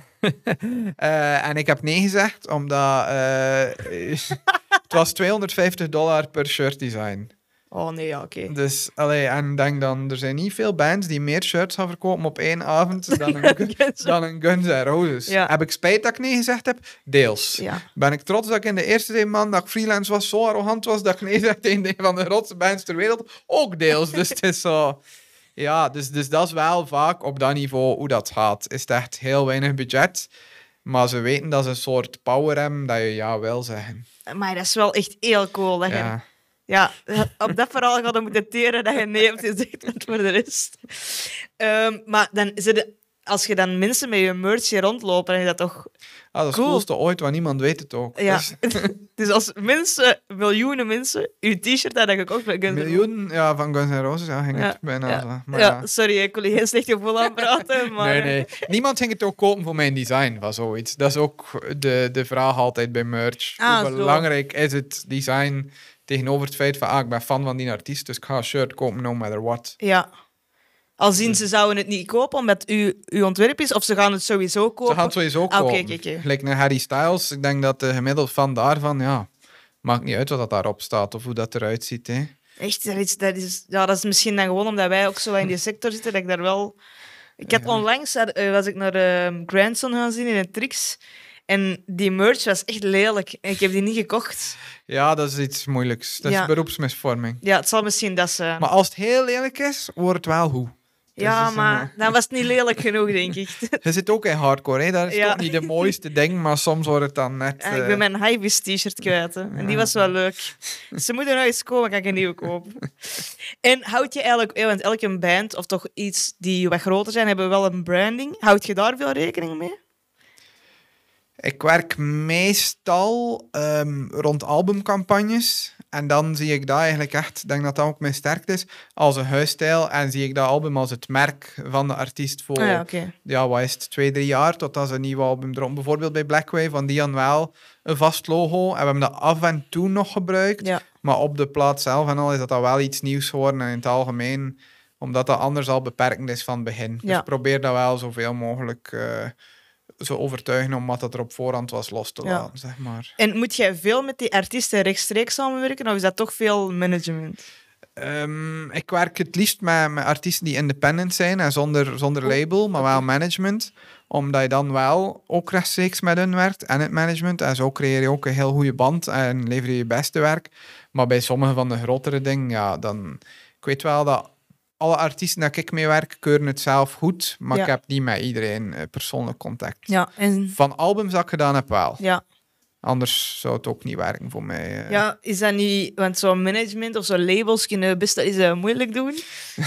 uh, en ik heb nee gezegd, omdat uh, het was tweehonderdvijftig dollar per shirt design. Oh nee, ja, oké. Okay. Dus, allee, en denk dan, er zijn niet veel bands die meer shirts gaan verkopen op één avond dan een, dan een Guns N' Roses. Ja. Heb ik spijt dat ik nee gezegd heb? Deels. Ja. Ben ik trots dat ik in de eerste twee maanden dat ik freelance was, zo arrogant was dat ik nee zei tegen een van de grootste bands ter wereld? Ook deels. Dus het is zo... Ja, dus, dus dat is wel vaak op dat niveau hoe dat gaat. Is het echt heel weinig budget, maar ze weten dat ze een soort power hebben dat je ja wil zeggen. Maar dat is wel echt heel cool. Dat ja. je... Ja, op dat verhaal gaat je moeten teren dat je nee hebt gezegd, want voor de rest. Um, maar dan zit als je dan mensen met je merch hier rondlopen, dan is dat toch ah, dat is cool. Het coolste ooit, want niemand weet het ook. Ja. Dus, dus als mensen, miljoenen mensen, je t-shirt hadden gekocht met Guns N' Roses. Miljoenen, ja, van Guns N' Roses, ja, ging ja. het bijna ja. zo. Maar ja, ja. sorry, ik wil je geen slecht gevoel aanpraten, maar... Nee, nee. Niemand ging het ook kopen voor mijn design van zoiets. Dat is ook de, de vraag altijd bij merch. Ah, Hoe belangrijk zo. Is het design... Tegenover het feit van, ah, ik ben fan van die artiest, dus ik ga een shirt kopen, no matter what. Ja. Al zien ze zouden het niet kopen omdat u uw ontwerp is, of ze gaan het sowieso kopen? Ze gaan het sowieso kopen. Ah, okay, okay, okay. Gelijk naar Harry Styles, ik denk dat de gemiddeld fan daarvan, ja, maakt niet uit wat dat daarop staat of hoe dat eruit ziet. Hè. Echt, dat is, dat, is, ja, dat is misschien dan gewoon omdat wij ook zo in die sector zitten, dat ik daar wel... Ik had ja. onlangs, uh, was ik naar uh, Grandson gaan zien in een Trix. En die merch was echt lelijk. En ik heb die niet gekocht. Ja, dat is iets moeilijks. Dat is ja. beroepsmisvorming. Ja, het zal misschien dat zijn. Maar als het heel lelijk is, wordt het wel goed. Ja, dus maar een... dan was het niet lelijk genoeg, denk ik. Je zit ook in hardcore, hè? Dat is ja. toch niet de mooiste ding, maar soms wordt het dan net... Ja, ik ben mijn Highvis t-shirt kwijt. Hè. En ja. die was wel leuk. Ze moeten nog eens komen, kan ik een nieuwe kopen. En houd je eigenlijk... Want elke band, of toch iets die wat groter zijn, hebben wel een branding. Houd je daar veel rekening mee? Ik werk meestal um, rond albumcampagnes. En dan zie ik dat eigenlijk echt, ik denk dat dat ook mijn sterkte is, als een huisstijl. En zie ik dat album als het merk van de artiest voor, ah, ja, okay. ja, wat is het, twee, drie jaar, totdat ze een nieuw album droppen. Bijvoorbeeld bij Blackwave, van die dan wel een vast logo. En we hebben dat af en toe nog gebruikt. Ja. Maar op de plaat zelf en al is dat, dat wel iets nieuws geworden. En in het algemeen, omdat dat anders al beperkend is van het begin. Ja. Dus probeer dat wel zoveel mogelijk... Uh, zo overtuigen om wat dat er op voorhand was los te laten, ja. zeg maar. En moet jij veel met die artiesten rechtstreeks samenwerken, of is dat toch veel management? Um, ik werk het liefst met, met artiesten die independent zijn en zonder, zonder label, maar wel management. Omdat je dan wel ook rechtstreeks met hun werkt en het management. En zo creëer je ook een heel goede band en lever je je beste werk. Maar bij sommige van de grotere dingen, ja, dan... Ik weet wel dat alle artiesten dat ik mee werk, keuren het zelf goed. Maar ja. ik heb niet met iedereen uh, persoonlijk contact. Ja, en... Van albums dat ik gedaan heb wel. Ja. Anders zou het ook niet werken voor mij. Uh. Ja, is dat niet... Want zo'n management of zo'n labels kunnen best wel eens uh, moeilijk doen.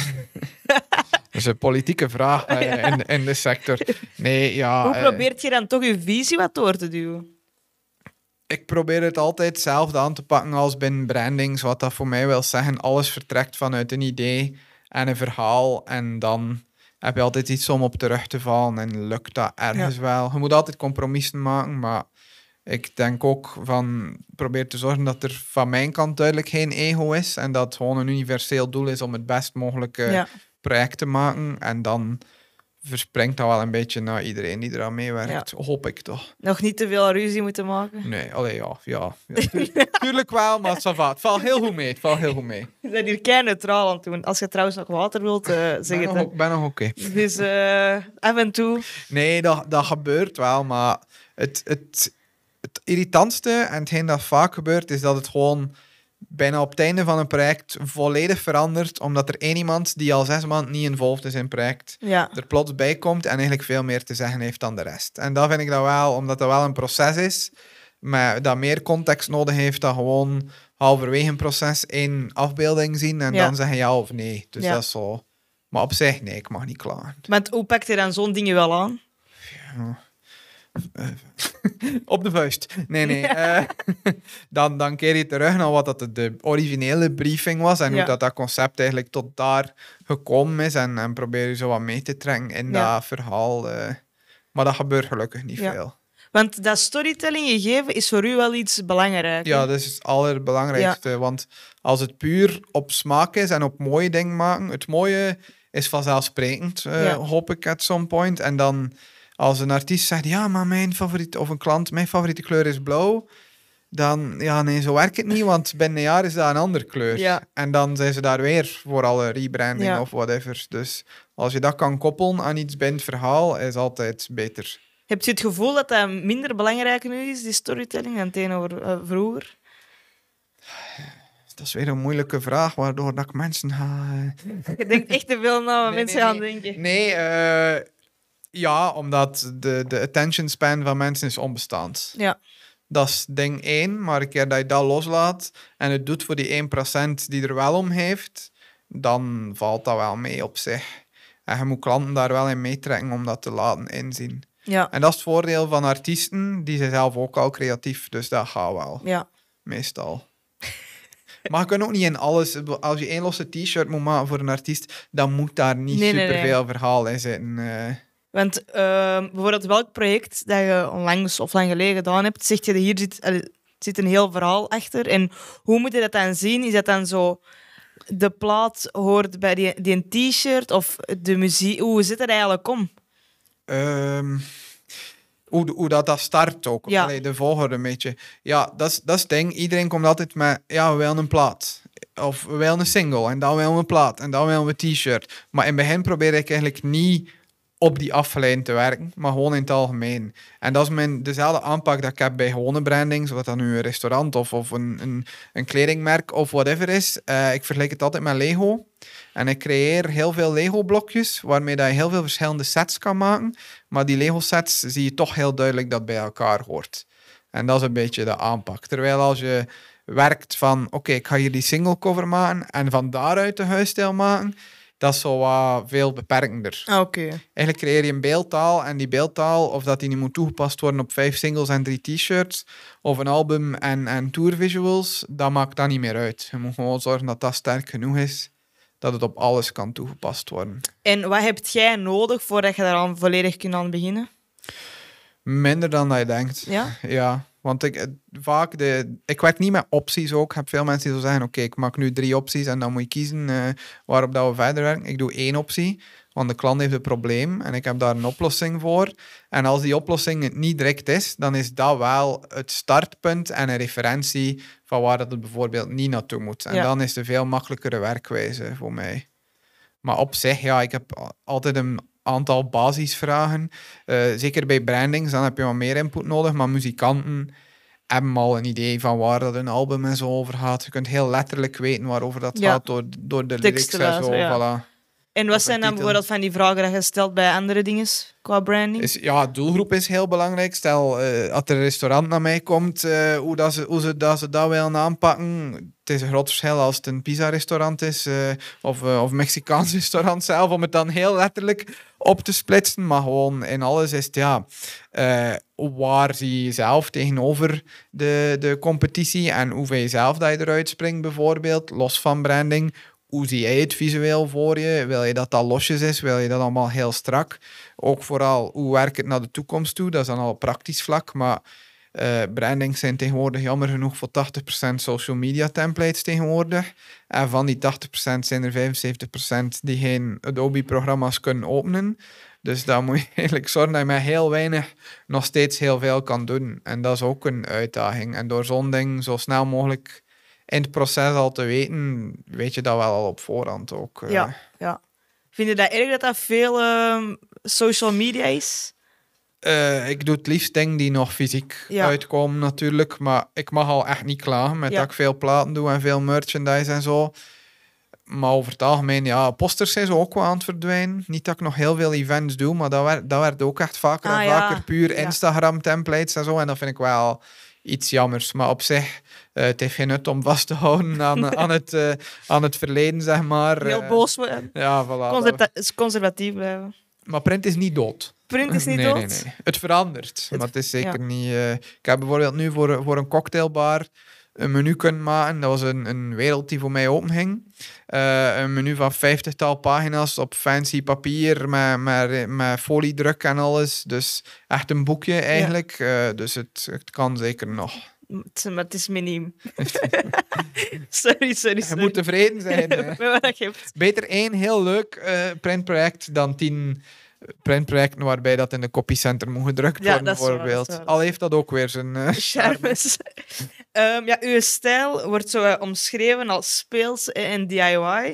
Dat is een politieke vraag uh, ja. in, in de sector. Nee, ja... Hoe probeert je dan toch je visie wat door te duwen? Ik probeer het altijd hetzelfde aan te pakken als binnen brandings. Wat dat voor mij wil zeggen, alles vertrekt vanuit een idee en een verhaal. En dan heb je altijd iets om op terug te vallen en lukt dat ergens ja. wel. Je moet altijd compromissen maken, maar... Ik denk ook van, probeer te zorgen dat er van mijn kant duidelijk geen ego is en dat het gewoon een universeel doel is om het best mogelijke ja. project te maken. En dan verspringt dat wel een beetje naar iedereen die eraan meewerkt. Ja. Hoop ik toch. Nog niet te veel ruzie moeten maken? Nee, allee, ja. ja, ja tuurlijk, tuurlijk wel, maar ça va. Het valt heel goed mee. Het valt heel goed mee. Je bent hier kei neutraal aan het doen. Als je trouwens nog water wilt, uh, zeg het. Ik ben nog oké. Okay. Dus uh, af en toe... Nee, dat, dat gebeurt wel, maar het... het Het irritantste en hetgeen dat vaak gebeurt, is dat het gewoon bijna op het einde van een project volledig verandert, omdat er één iemand die al zes maanden niet involved is in het project, ja. er plots bij komt en eigenlijk veel meer te zeggen heeft dan de rest. En dat vind ik dat wel, omdat dat wel een proces is, maar dat meer context nodig heeft dan gewoon halverwege een proces één afbeelding zien en ja. dan zeggen ja of nee. Dus ja. dat is zo. Maar op zich, nee, ik mag niet klagen. Maar hoe pakt je dan zo'n dingen wel aan? Ja... Uh, op de vuist. Nee, nee. Uh, dan, dan keer je terug naar wat dat de originele briefing was en ja. hoe dat, dat concept eigenlijk tot daar gekomen is en, en probeer je zo wat mee te trekken in ja. dat verhaal. Uh, maar dat gebeurt gelukkig niet ja. veel. Want dat storytelling gegeven is voor u wel iets belangrijks. Ja, dat is het allerbelangrijkste. Ja. Want als het puur op smaak is en op mooie dingen maken, het mooie is vanzelfsprekend, uh, ja. hoop ik, at some point. En dan... Als een artiest zegt, ja, maar mijn favoriete... Of een klant, mijn favoriete kleur is blauw. Dan, ja, nee, zo werkt het niet. Want binnen een jaar is dat een andere kleur. Ja. En dan zijn ze daar weer voor alle rebranding ja. of whatever. Dus als je dat kan koppelen aan iets binnen het verhaal, is altijd beter. Heb je het gevoel dat dat minder belangrijk nu is, die storytelling, dan tegenover uh, vroeger? Dat is weer een moeilijke vraag, waardoor dat ik mensen ga... Je denkt echt te veel na wat nee, mensen nee, gaan nee. denken. Nee, uh, ja, omdat de, de attention span van mensen is onbestaand. Ja. Dat is ding één, maar een keer dat je dat loslaat en het doet voor die één procent die er wel om heeft, dan valt dat wel mee op zich. En je moet klanten daar wel in meetrekken om dat te laten inzien. Ja. En dat is het voordeel van artiesten, die zijn zelf ook al creatief, dus dat gaat wel. Ja. Meestal. Maar je kunt ook niet in alles... Als je één losse t-shirt moet maken voor een artiest, dan moet daar niet nee, superveel nee, nee. verhaal in zitten. Uh. Want uh, bijvoorbeeld welk project dat je onlangs of lang geleden gedaan hebt, zeg je, hier zit, uh, zit een heel verhaal achter. En hoe moet je dat dan zien? Is dat dan zo... De plaat hoort bij die, die een t-shirt of de muziek? Hoe zit het eigenlijk om? Um, hoe, hoe dat, dat start ook. Ja. Allee, de volgorde een beetje. Ja, dat is, dat is het ding. Iedereen komt altijd met... Ja, we willen een plaat. Of we willen een single. En dan willen we een plaat. En dan willen we een t-shirt. Maar in het begin probeer ik eigenlijk niet op die afgeleid te werken, maar gewoon in het algemeen. En dat is mijn, dezelfde aanpak dat ik heb bij gewone branding, zoals dat nu een restaurant of, of een, een, een kledingmerk of whatever is. Uh, ik vergelijk het altijd met Lego. En ik creëer heel veel Lego-blokjes, waarmee dat je heel veel verschillende sets kan maken. Maar die Lego-sets zie je toch heel duidelijk dat bij elkaar hoort. En dat is een beetje de aanpak. Terwijl als je werkt van, oké, okay, ik ga hier die single cover maken en van daaruit de huisstijl maken, dat is zo uh, veel beperkender. Oké. Okay. Eigenlijk creëer je een beeldtaal en die beeldtaal, of dat die niet moet toegepast worden op vijf singles en drie t-shirts, of een album en, en tourvisuals, dat maakt dat niet meer uit. Je moet gewoon zorgen dat dat sterk genoeg is, dat het op alles kan toegepast worden. En wat heb jij nodig voordat je daar volledig kunt aan beginnen? Minder dan dat je denkt. Ja? Ja. Want ik, vaak de, ik werk niet met opties ook. Ik heb veel mensen die zo zeggen, oké, okay, ik maak nu drie opties en dan moet je kiezen uh, waarop dat we verder werken. Ik doe één optie, want de klant heeft een probleem en ik heb daar een oplossing voor. En als die oplossing het niet direct is, dan is dat wel het startpunt en een referentie van waar dat het bijvoorbeeld niet naartoe moet. En Ja. dan is het een veel makkelijkere werkwijze voor mij. Maar op zich, ja, ik heb altijd een aantal basisvragen. Uh, zeker bij brandings, dan heb je wat meer input nodig. Maar muzikanten hebben al een idee van waar dat een album en zo over gaat. Je kunt heel letterlijk weten waarover dat Ja. gaat door, door de lyrics Teksten en zo. lezen, ja. Voilà. En wat Of zijn een dan titel. bijvoorbeeld van die vragen die je stelt bij andere dingen qua branding? Is, ja, doelgroep is heel belangrijk. Stel, uh, als er een restaurant naar mij komt, uh, hoe, dat ze, hoe ze, dat ze dat willen aanpakken. Het is een groot verschil als het een pizza-restaurant is uh, of een uh, Mexicaans restaurant zelf, om het dan heel letterlijk op te splitsen. Maar gewoon in alles is het, ja, uh, waar zie je zelf tegenover de, de competitie en hoe vind je zelf dat je eruit springt bijvoorbeeld, los van branding. Hoe zie jij het visueel voor je? Wil je dat dat losjes is? Wil je dat allemaal heel strak? Ook vooral, hoe werkt het naar de toekomst toe? Dat is dan al op praktisch vlak, maar uh, brandings zijn tegenwoordig jammer genoeg voor tachtig procent social media templates tegenwoordig. En van die tachtig procent zijn er vijfenzeventig procent die geen Adobe-programma's kunnen openen. Dus daar moet je eigenlijk zorgen dat je met heel weinig nog steeds heel veel kan doen. En dat is ook een uitdaging. En door zo'n ding zo snel mogelijk in het proces al te weten, weet je dat wel al op voorhand ook. Uh. Ja, ja. Vind je dat erg dat dat veel uh, social media is? Uh, ik doe het liefst dingen die nog fysiek ja. uitkomen natuurlijk, maar ik mag al echt niet klagen met ja. dat ik veel platen doe en veel merchandise en zo. Maar over het algemeen, ja, posters zijn zo ook wel aan het verdwijnen. Niet dat ik nog heel veel events doe, maar dat werd, dat werd ook echt vaker ah, en ja. vaker puur ja. Instagram-templates en zo. En dat vind ik wel iets jammers. Maar op zich, uh, het heeft geen nut om vast te houden aan, aan, het, uh, aan het verleden, zeg maar. Heel uh, ja. worden. Ja, voilà. Conserva- conservatief blijven. Maar print is niet dood. Print is niet nee, dood? Nee, nee. Het verandert, het, maar het is zeker ja. niet... Uh, ik heb bijvoorbeeld nu voor, voor een cocktailbar een menu kunnen maken. Dat was een, een wereld die voor mij openging. Uh, een menu van vijftigtal pagina's op fancy papier, met, met, met foliedruk en alles. Dus echt een boekje eigenlijk. Ja. Uh, dus het, het kan zeker nog. Maar het is miniem. sorry, sorry, sorry. Je moet tevreden zijn. Met wat je hebt. Beter één heel leuk uh, printproject dan tien printprojecten waarbij dat in de copycenter moet gedrukt ja, worden, dat bijvoorbeeld. Waar, Al heeft dat ook weer zijn uh, charmes. um, ja, uw stijl wordt zo uh, omschreven als speels en D I Y.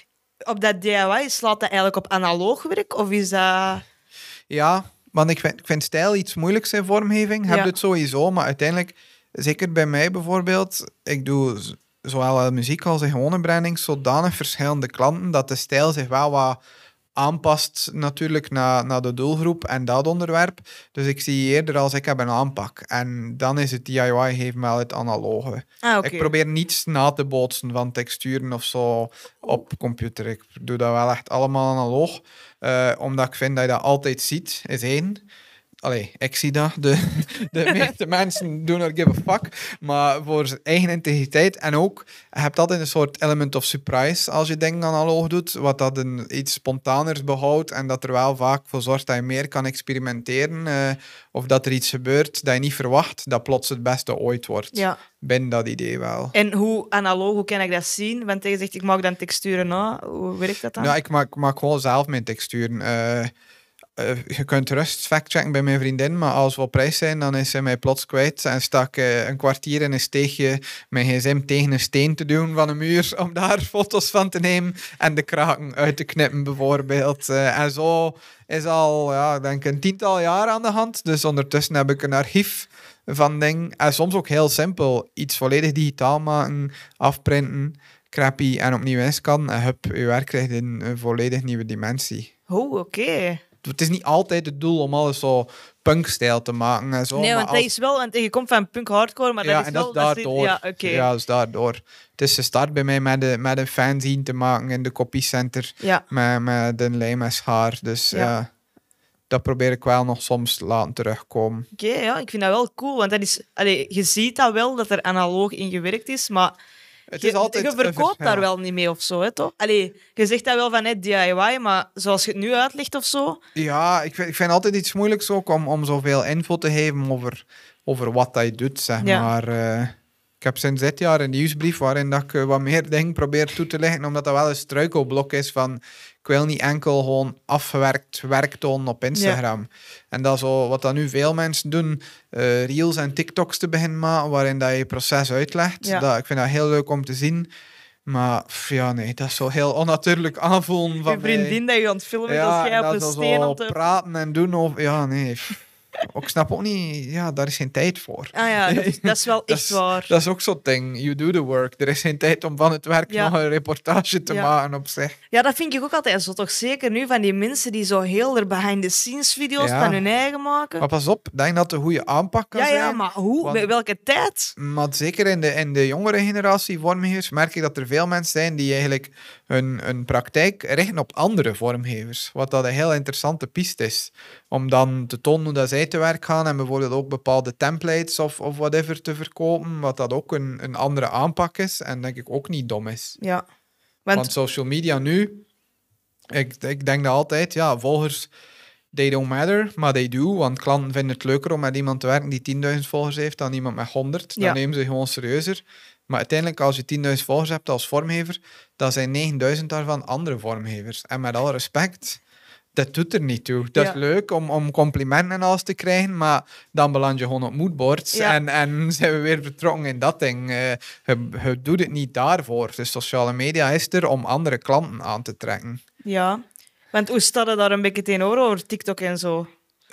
Op dat D I Y slaat dat eigenlijk op analoog werk? Of is dat... Ja, want ik vind, ik vind stijl iets moeilijks in vormgeving. Je ja. hebt het sowieso, maar uiteindelijk, zeker bij mij bijvoorbeeld, ik doe zowel muziek als in gewone branding zodanig verschillende klanten dat de stijl zich wel wat aanpast natuurlijk naar, naar de doelgroep en dat onderwerp. Dus ik zie eerder als ik heb een aanpak. En dan is het D I Y geven wel het analoge. Ah, okay. Ik probeer niets na te bootsen van texturen of zo op computer. Ik doe dat wel echt allemaal analoog. Uh, omdat ik vind dat je dat altijd ziet, is één. Allee, ik zie dat. De, de meeste mensen do not give a fuck. Maar voor zijn eigen integriteit. En ook, je hebt altijd een soort element of surprise als je dingen analoog doet. Wat dat een, iets spontaners behoudt. En dat er wel vaak voor zorgt dat je meer kan experimenteren. Uh, of dat er iets gebeurt dat je niet verwacht. Dat plots het beste ooit wordt. Ja. Binnen dat idee wel. En hoe analoog, hoe kan ik dat zien? Want je zegt, ik maak dan texturen na. Hoe werkt dat dan? Ja, ik maak, ik maak gewoon zelf mijn texturen. Uh, Uh, je kunt rust factchecken bij mijn vriendin, maar als we op reis zijn, dan is ze mij plots kwijt en sta ik uh, een kwartier in een steegje mijn gsm tegen een steen te doen van een muur om daar foto's van te nemen en de kraken uit te knippen bijvoorbeeld. Uh, en zo is al, ja, denk ik, een tiental jaar aan de hand. Dus ondertussen heb ik een archief van dingen. En soms ook heel simpel. Iets volledig digitaal maken, afprinten, crappy en opnieuw inscannen. En hup, je werk krijgt een, een volledig nieuwe dimensie. Oh, oké. Okay. Het is niet altijd het doel om alles zo punkstijl te maken en zo. Nee, want als... dat is wel, want je komt van punk hardcore, maar ja, dat is en wel... dat is daardoor. Ja, oké. Okay. Ja, dat is daardoor. Het is gestart bij mij met, de, met een fanzine te maken in de kopiecenter. Ja. Met, met een lijm haar. Dus ja. ja, dat probeer ik wel nog soms laten terugkomen. Oké, okay, ja, ik vind dat wel cool. Want dat is, allee, je ziet dat wel, dat er analoog in gewerkt is, maar... Het je, is altijd je verkoopt daar wel niet mee of zo, hè, toch? Allee, je zegt dat wel van net D I Y, maar zoals je het nu uitlegt of zo... Ja, ik vind, ik vind altijd iets moeilijks ook om, om zoveel info te geven over, over wat dat je doet, zeg ja. maar. Uh, Ik heb sinds dit jaar een nieuwsbrief waarin dat ik uh, wat meer dingen probeer toe te lichten, omdat dat wel een struikelblok is van ik wil niet enkel gewoon afgewerkt werk tonen op Instagram. Ja. En dat is zo, wat dan nu veel mensen doen, uh, reels en TikToks te beginnen maken, waarin dat je je proces uitlegt. Ja. Dat, ik vind dat heel leuk om te zien. Maar pff, ja, nee, dat is zo heel onnatuurlijk aanvoelen van je vriendin mij. Dat je aan het filmen ja, als jij op een steen aan te... praten en doen of... Ja, nee... Ik snap ook niet, ja, daar is geen tijd voor. Ah ja, dat is, dat is wel echt dat is, waar. Dat is ook zo'n ding. You do the work. Er is geen tijd om van het werk ja. nog een reportage te ja. maken op zich. Ja, dat vind ik ook altijd zo. Toch zeker nu van die mensen die zo heel er behind-the-scenes video's ja. van hun eigen maken. Maar pas op, ik denk dat het een goede aanpak kan ja, zijn. Ja, maar hoe? Want, bij welke tijd? Maar zeker in de, in de jongere generatie vormgevers merk ik dat er veel mensen zijn die eigenlijk hun, hun praktijk richten op andere vormgevers. Wat dat een heel interessante piste is. Om dan te tonen hoe dat zij te werk gaan en bijvoorbeeld ook bepaalde templates of, of whatever te verkopen, wat dat ook een, een andere aanpak is en denk ik ook niet dom is. Ja. Want, Want social media nu, ik, ik denk dat altijd, ja, volgers, they don't matter, maar they do, want klanten vinden het leuker om met iemand te werken die tienduizend volgers heeft dan iemand met honderd. Dan ja. nemen ze gewoon serieuzer. Maar uiteindelijk, als je tienduizend volgers hebt als vormgever, dan zijn negenduizend daarvan andere vormgevers. En met alle respect... Dat doet er niet toe. Dat ja. is leuk om, om complimenten en alles te krijgen, maar dan beland je gewoon op moodboards ja. en, en zijn we weer vertrokken in dat ding. Uh, je, je doet het niet daarvoor. Dus sociale media is er om andere klanten aan te trekken. Ja, want hoe staat het daar een beetje tegenover over TikTok en zo?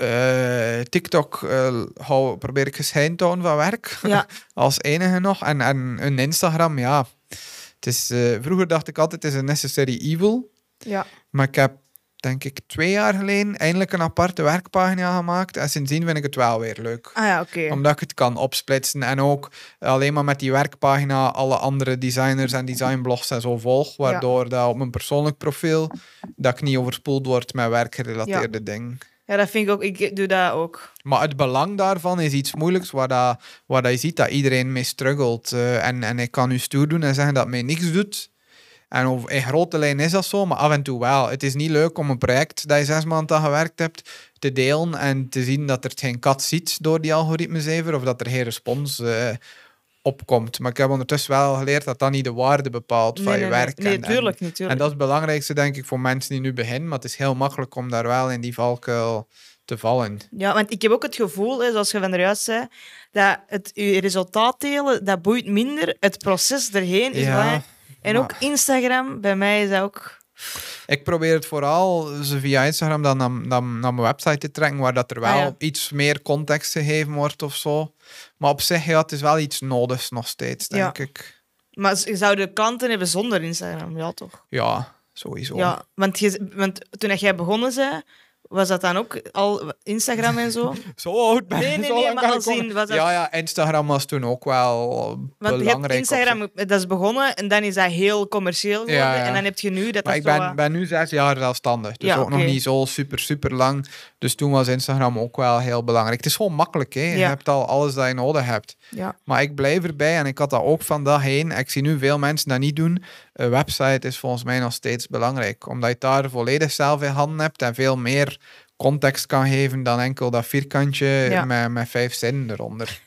Uh, TikTok uh, hou, probeer ik gescheiden te houden van werk, ja. als enige nog. En, en een Instagram, ja. Het is, uh, vroeger dacht ik altijd, het is een necessary evil. Ja. Maar ik heb denk ik twee jaar geleden eindelijk een aparte werkpagina gemaakt. En sindsdien vind ik het wel weer leuk. Ah ja, oké. Okay. Omdat ik het kan opsplitsen. En ook alleen maar met die werkpagina alle andere designers en designblogs en zo volg. Waardoor ja. dat op mijn persoonlijk profiel dat ik niet overspoeld word met werkgerelateerde ja. dingen. Ja, dat vind ik ook. Ik doe dat ook. Maar het belang daarvan is iets moeilijks waar, dat, waar dat je ziet dat iedereen mee struggelt. Uh, en, en ik kan nu stoer doen en zeggen dat mij niks doet. En in grote lijn is dat zo, maar af en toe wel. Het is niet leuk om een project dat je zes maanden aan gewerkt hebt te delen en te zien dat er geen kat ziet door die algoritmecijfer of dat er geen respons uh, opkomt. Maar ik heb ondertussen wel geleerd dat dat niet de waarde bepaalt van nee, je nee, werk. Nee, en, tuurlijk en, niet. Tuurlijk. En dat is het belangrijkste, denk ik, voor mensen die nu beginnen. Maar het is heel makkelijk om daar wel in die valkuil te vallen. Ja, want ik heb ook het gevoel, hè, zoals je van eruit zei, dat het je resultaat delen, dat boeit minder. Het proces erheen is ja. belangrijk. En Maar... ook Instagram, bij mij is dat ook... Ik probeer het vooral via Instagram dan naar, naar, naar mijn website te trekken, waar dat er wel ah, ja. iets meer context gegeven wordt of zo. Maar op zich, ja, het is wel iets nodigs nog steeds, denk ja. ik. Maar zouden klanten hebben zonder Instagram? Ja, toch? Ja, sowieso. Ja, want, je, want toen jij begonnen zei... Was dat dan ook al Instagram en zo? Zo oud ben Nee, nee, nee, maar al zien... Was dat... Ja, ja, Instagram was toen ook wel Want belangrijk. Instagram, dat is begonnen en dan is dat heel commercieel geworden. Ja, ja. En dan heb je nu dat maar dat ik ben, zo... ben nu zes jaar zelfstandig, dus ja, ook okay. nog niet zo super, super lang. Dus toen was Instagram ook wel heel belangrijk. Het is gewoon makkelijk, hè. Je ja. hebt al alles dat je nodig hebt. Ja. Maar ik blijf erbij en ik had dat ook van dag heen. Ik zie nu veel mensen dat niet doen. Een website is volgens mij nog steeds belangrijk, omdat je het daar volledig zelf in handen hebt en veel meer context kan geven dan enkel dat vierkantje ja. met, met vijf zinnen eronder.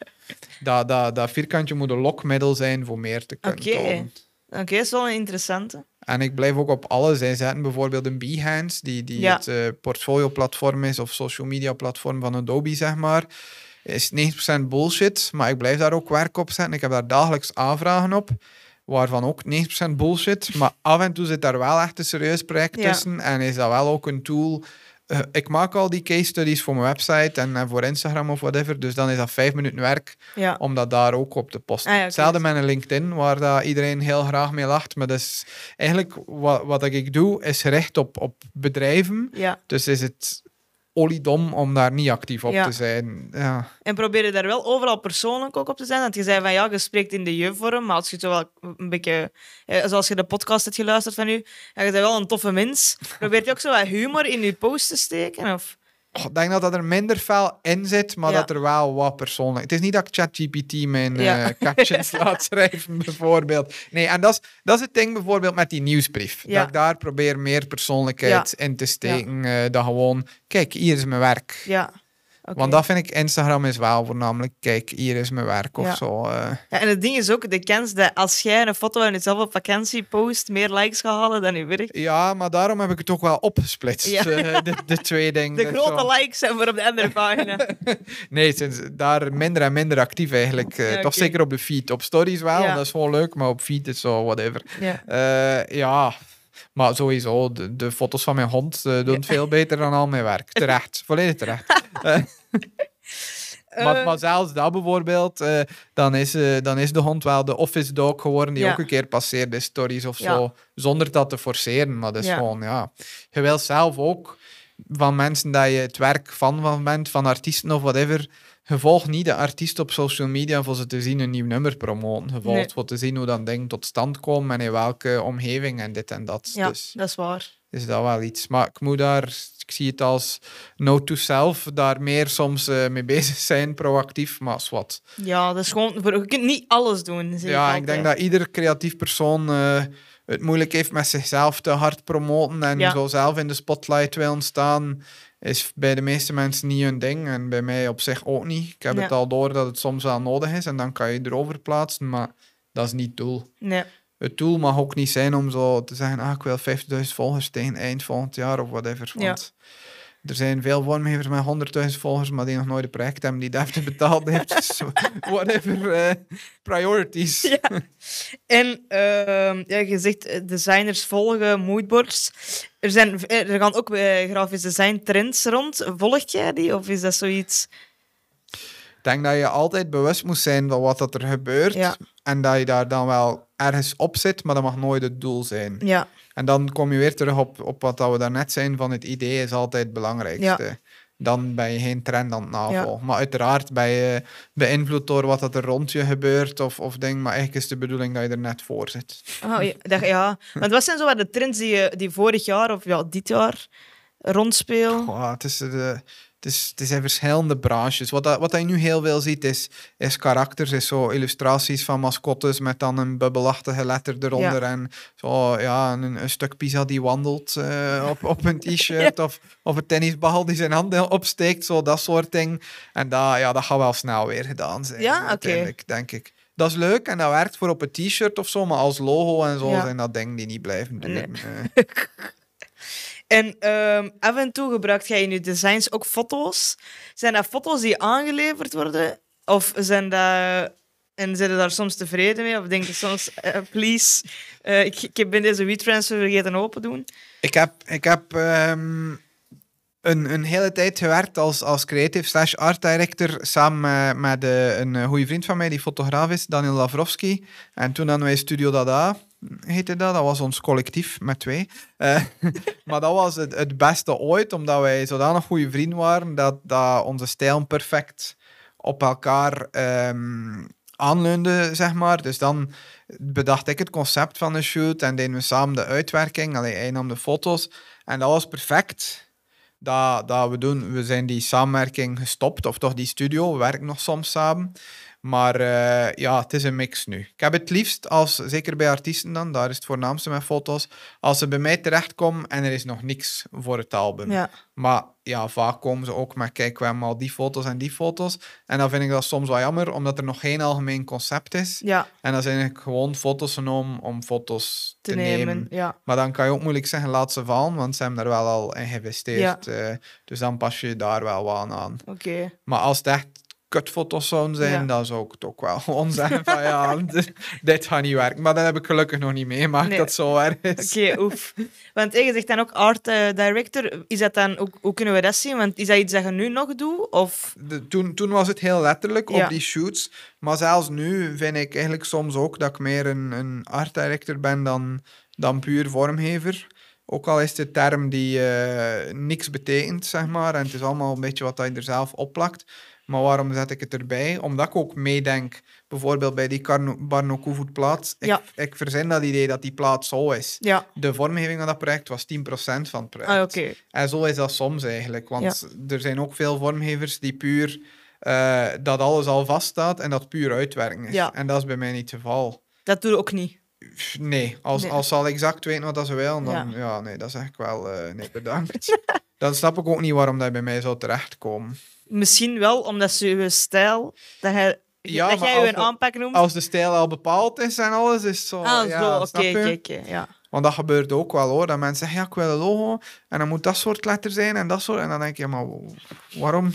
dat, dat, dat vierkantje moet een lokmiddel zijn voor meer te kunnen okay. tonen. Oké, okay, dat is wel een interessante. En ik blijf ook op alles inzetten. Bijvoorbeeld een Behance, die, die ja. het uh, portfolio-platform is, of social media-platform van Adobe, zeg maar. Is negentig procent bullshit, maar ik blijf daar ook werk op zetten. Ik heb daar dagelijks aanvragen op, waarvan ook negentig procent bullshit. Maar af en toe zit daar wel echt een serieus project ja. tussen. En is dat wel ook een tool... Uh, ik maak al die case studies voor mijn website en, en voor Instagram of whatever, dus dan is dat vijf minuten werk ja. om dat daar ook op te posten. Ah, ja, okay. Hetzelfde met een LinkedIn, waar dat iedereen heel graag mee lacht, maar dus eigenlijk wat, wat ik doe, is gericht op, op bedrijven. Ja. Dus is het oliedom om daar niet actief op ja. te zijn. Ja. En probeer je daar wel overal persoonlijk ook op te zijn? Want je zei van ja, je spreekt in de je-vorm, maar als je zo wel een beetje... Zoals je de podcast hebt geluisterd van u, ja, je bent wel een toffe mens. Probeert je ook zo wat humor in je post te steken? Of... Oh, ik denk dat dat er minder fel in zit, maar ja. dat er wel wat persoonlijk... Het is niet dat ik ChatGPT mijn ja. uh, captions laat schrijven, bijvoorbeeld. Nee, en dat is, dat is het ding bijvoorbeeld met die nieuwsbrief. Ja. Dat ik daar probeer meer persoonlijkheid ja. in te steken. Ja. Uh, dan gewoon, kijk, hier is mijn werk. Ja. Okay. Want dat vind ik, Instagram is wel voornamelijk, kijk, hier is mijn werk of ja. zo. Uh. Ja, en het ding is ook, de kans dat als jij een foto van jezelf op vakantie post, meer likes gaat halen dan je werk. Ja, maar daarom heb ik het toch wel opgesplitst, ja. uh, de, de twee dingen. De grote zo. likes zijn voor op de andere pagina. Nee, sinds daar minder en minder actief eigenlijk. Uh, ja, okay. Toch zeker op de feed. Op stories wel, ja. dat is gewoon leuk, maar op feed is zo whatever. Ja. Uh, ja. Maar sowieso, de, de foto's van mijn hond uh, doen ja. veel beter dan al mijn werk. Terecht, volledig terecht. uh, uh, maar, maar zelfs dat bijvoorbeeld, uh, dan, is, uh, dan is de hond wel de office dog geworden die ja. ook een keer passeert in stories of ja. zo, zonder dat te forceren. Maar dat is ja. gewoon, ja... Je wil zelf ook van mensen dat je het werk van, van bent, van artiesten of whatever... Je volgt niet de artiest op social media voor ze te zien een nieuw nummer promoten. Je volgt nee. voor te zien hoe dat ding tot stand komt en in welke omgeving en dit en dat. Ja, dus, dat is waar. Is dat wel iets. Maar ik moet daar... Ik zie het als note to self, daar meer soms uh, mee bezig zijn, proactief, maar is wat. Ja, dat is gewoon... Je kunt niet alles doen. Ja, ik denk dat ieder creatief persoon... Uh, het moeilijk heeft met zichzelf te hard promoten en ja. zo zelf in de spotlight willen staan, is bij de meeste mensen niet hun ding. En bij mij op zich ook niet. Ik heb ja. het al door dat het soms wel nodig is en dan kan je erover plaatsen, maar dat is niet het doel. Nee. Het doel mag ook niet zijn om zo te zeggen, ah, ik wil vijftigduizend volgers tegen eind volgend jaar of whatever. Want ja. er zijn veel vormgevers met honderdduizend volgers, maar die nog nooit een project hebben die Defte betaald heeft. Dus whatever, uh, priorities. Ja. En uh, ja, je zegt, designers volgen moodboards. Er, zijn, er gaan ook uh, grafisch design trends rond. Volg jij die, of is dat zoiets... Ik denk dat je altijd bewust moet zijn van wat dat er gebeurt. Ja. En dat je daar dan wel ergens op zit, maar dat mag nooit het doel zijn. Ja. En dan kom je weer terug op, op wat we daarnet zijn, van het idee is altijd het belangrijkste. Ja. Dan ben je geen trend aan het navolgen. Ja. Maar uiteraard ben je beïnvloed door wat dat er rond je gebeurt of, of ding, maar eigenlijk is de bedoeling dat je er net voor zit. Oh, ja, dat, ja. Want wat zijn zo de trends die, die vorig jaar of ja, dit jaar rondspelen? Oh, het is de... Het is, het is in verschillende branches. Wat, dat, wat je nu heel veel ziet, is, is karakters, is zo illustraties van mascottes met dan een bubbelachtige letter eronder. Ja. En zo, ja, een, een stuk pizza die wandelt uh, op, op een t-shirt. Ja. Of, of een tennisbal die zijn handen opsteekt. Zo, dat soort dingen. En dat, ja, dat gaat wel snel weer gedaan zijn. Ja, uiteindelijk, okay. denk ik. Dat is leuk en dat werkt voor op een t-shirt of zo. Maar als logo en zo ja. zijn dat dingen die niet blijven duren. Nee. En um, af en toe gebruikt jij in je designs ook foto's. Zijn dat foto's die aangeleverd worden? Of zijn dat... En zijn je daar soms tevreden mee? Of denk je soms, uh, please, uh, ik, ik ben deze WeTransfer vergeten open doen? Ik heb, ik heb um, een, een hele tijd gewerkt als, als creative slash art director samen met, met uh, een goede vriend van mij, die fotograaf is, Daniel Lavrovski. En toen hadden wij Studio Dada... heette dat. Dat was ons collectief met twee. Uh, maar dat was het, het beste ooit, omdat wij zodanig goede vrienden waren dat, dat onze stijlen perfect op elkaar um, aanleunden, zeg maar. Dus dan bedacht ik het concept van de shoot en deden we samen de uitwerking. Allee, hij nam de foto's en dat was perfect. Dat, dat we doen, we zijn die samenwerking gestopt, of toch die studio, we werken nog soms samen. Maar uh, ja, het is een mix nu. Ik heb het liefst, als, zeker bij artiesten dan, daar is het voornaamste met foto's, als ze bij mij terechtkomen en er is nog niks voor het album. Ja. Maar ja, vaak komen ze ook met, kijk, we hebben al die foto's en die foto's. En dan vind ik dat soms wel jammer, omdat er nog geen algemeen concept is. Ja. En dan zijn eigenlijk gewoon foto's genomen om foto's te, te nemen. nemen. Ja. Maar dan kan je ook moeilijk zeggen, laat ze vallen, want ze hebben er wel al in geïnvesteerd. Ja. Uh, dus dan pas je daar wel wat aan. Okay. Maar als het echt kutfoto's zouden zijn, ja. dan zou ik het ook wel gewoon zeggen van ja, dit, dit gaat niet werken. Maar dat heb ik gelukkig nog niet meemaakt, nee. dat zo erg is. Oké, okay, oef. Want je zegt dan ook art uh, director. Is dat dan ook, hoe kunnen we dat zien? Want is dat iets dat je nu nog doet? Of? De, toen, toen was het heel letterlijk ja. op die shoots. Maar zelfs nu vind ik eigenlijk soms ook dat ik meer een, een art director ben dan, dan puur vormgever. Ook al is de term die uh, niks betekent, zeg maar. En het is allemaal een beetje wat je er zelf opplakt. Maar waarom zet ik het erbij? Omdat ik ook meedenk, bijvoorbeeld bij die Barno Koevoet plaat. Ik, ja. ik verzin dat idee dat die plaat zo is. Ja. De vormgeving van dat project was tien procent van het project. Ah, okay. En zo is dat soms eigenlijk. Want ja. er zijn ook veel vormgevers die puur uh, dat alles al vaststaat en dat puur uitwerken is. Ja. En dat is bij mij niet het geval. Dat doe je ook niet? Nee, als, nee. als ze al exact weten wat ze willen, dan ja. ja, nee, dat zeg ik wel, uh, nee, bedankt. dan snap ik ook niet waarom dat bij mij zou terechtkomen. Misschien wel, omdat ze je stijl... Dat, hij, Ja, dat maar jij je als een de- aanpak noemt. Als de stijl al bepaald is en alles, is het zo... ah, ja, zo. Oké, snap je? oké, oké. Ja. Want dat gebeurt ook wel, hoor. Dat mensen zeggen, ja, ik wil een logo. En dan moet dat soort letter zijn en dat soort. En dan denk je, maar waarom?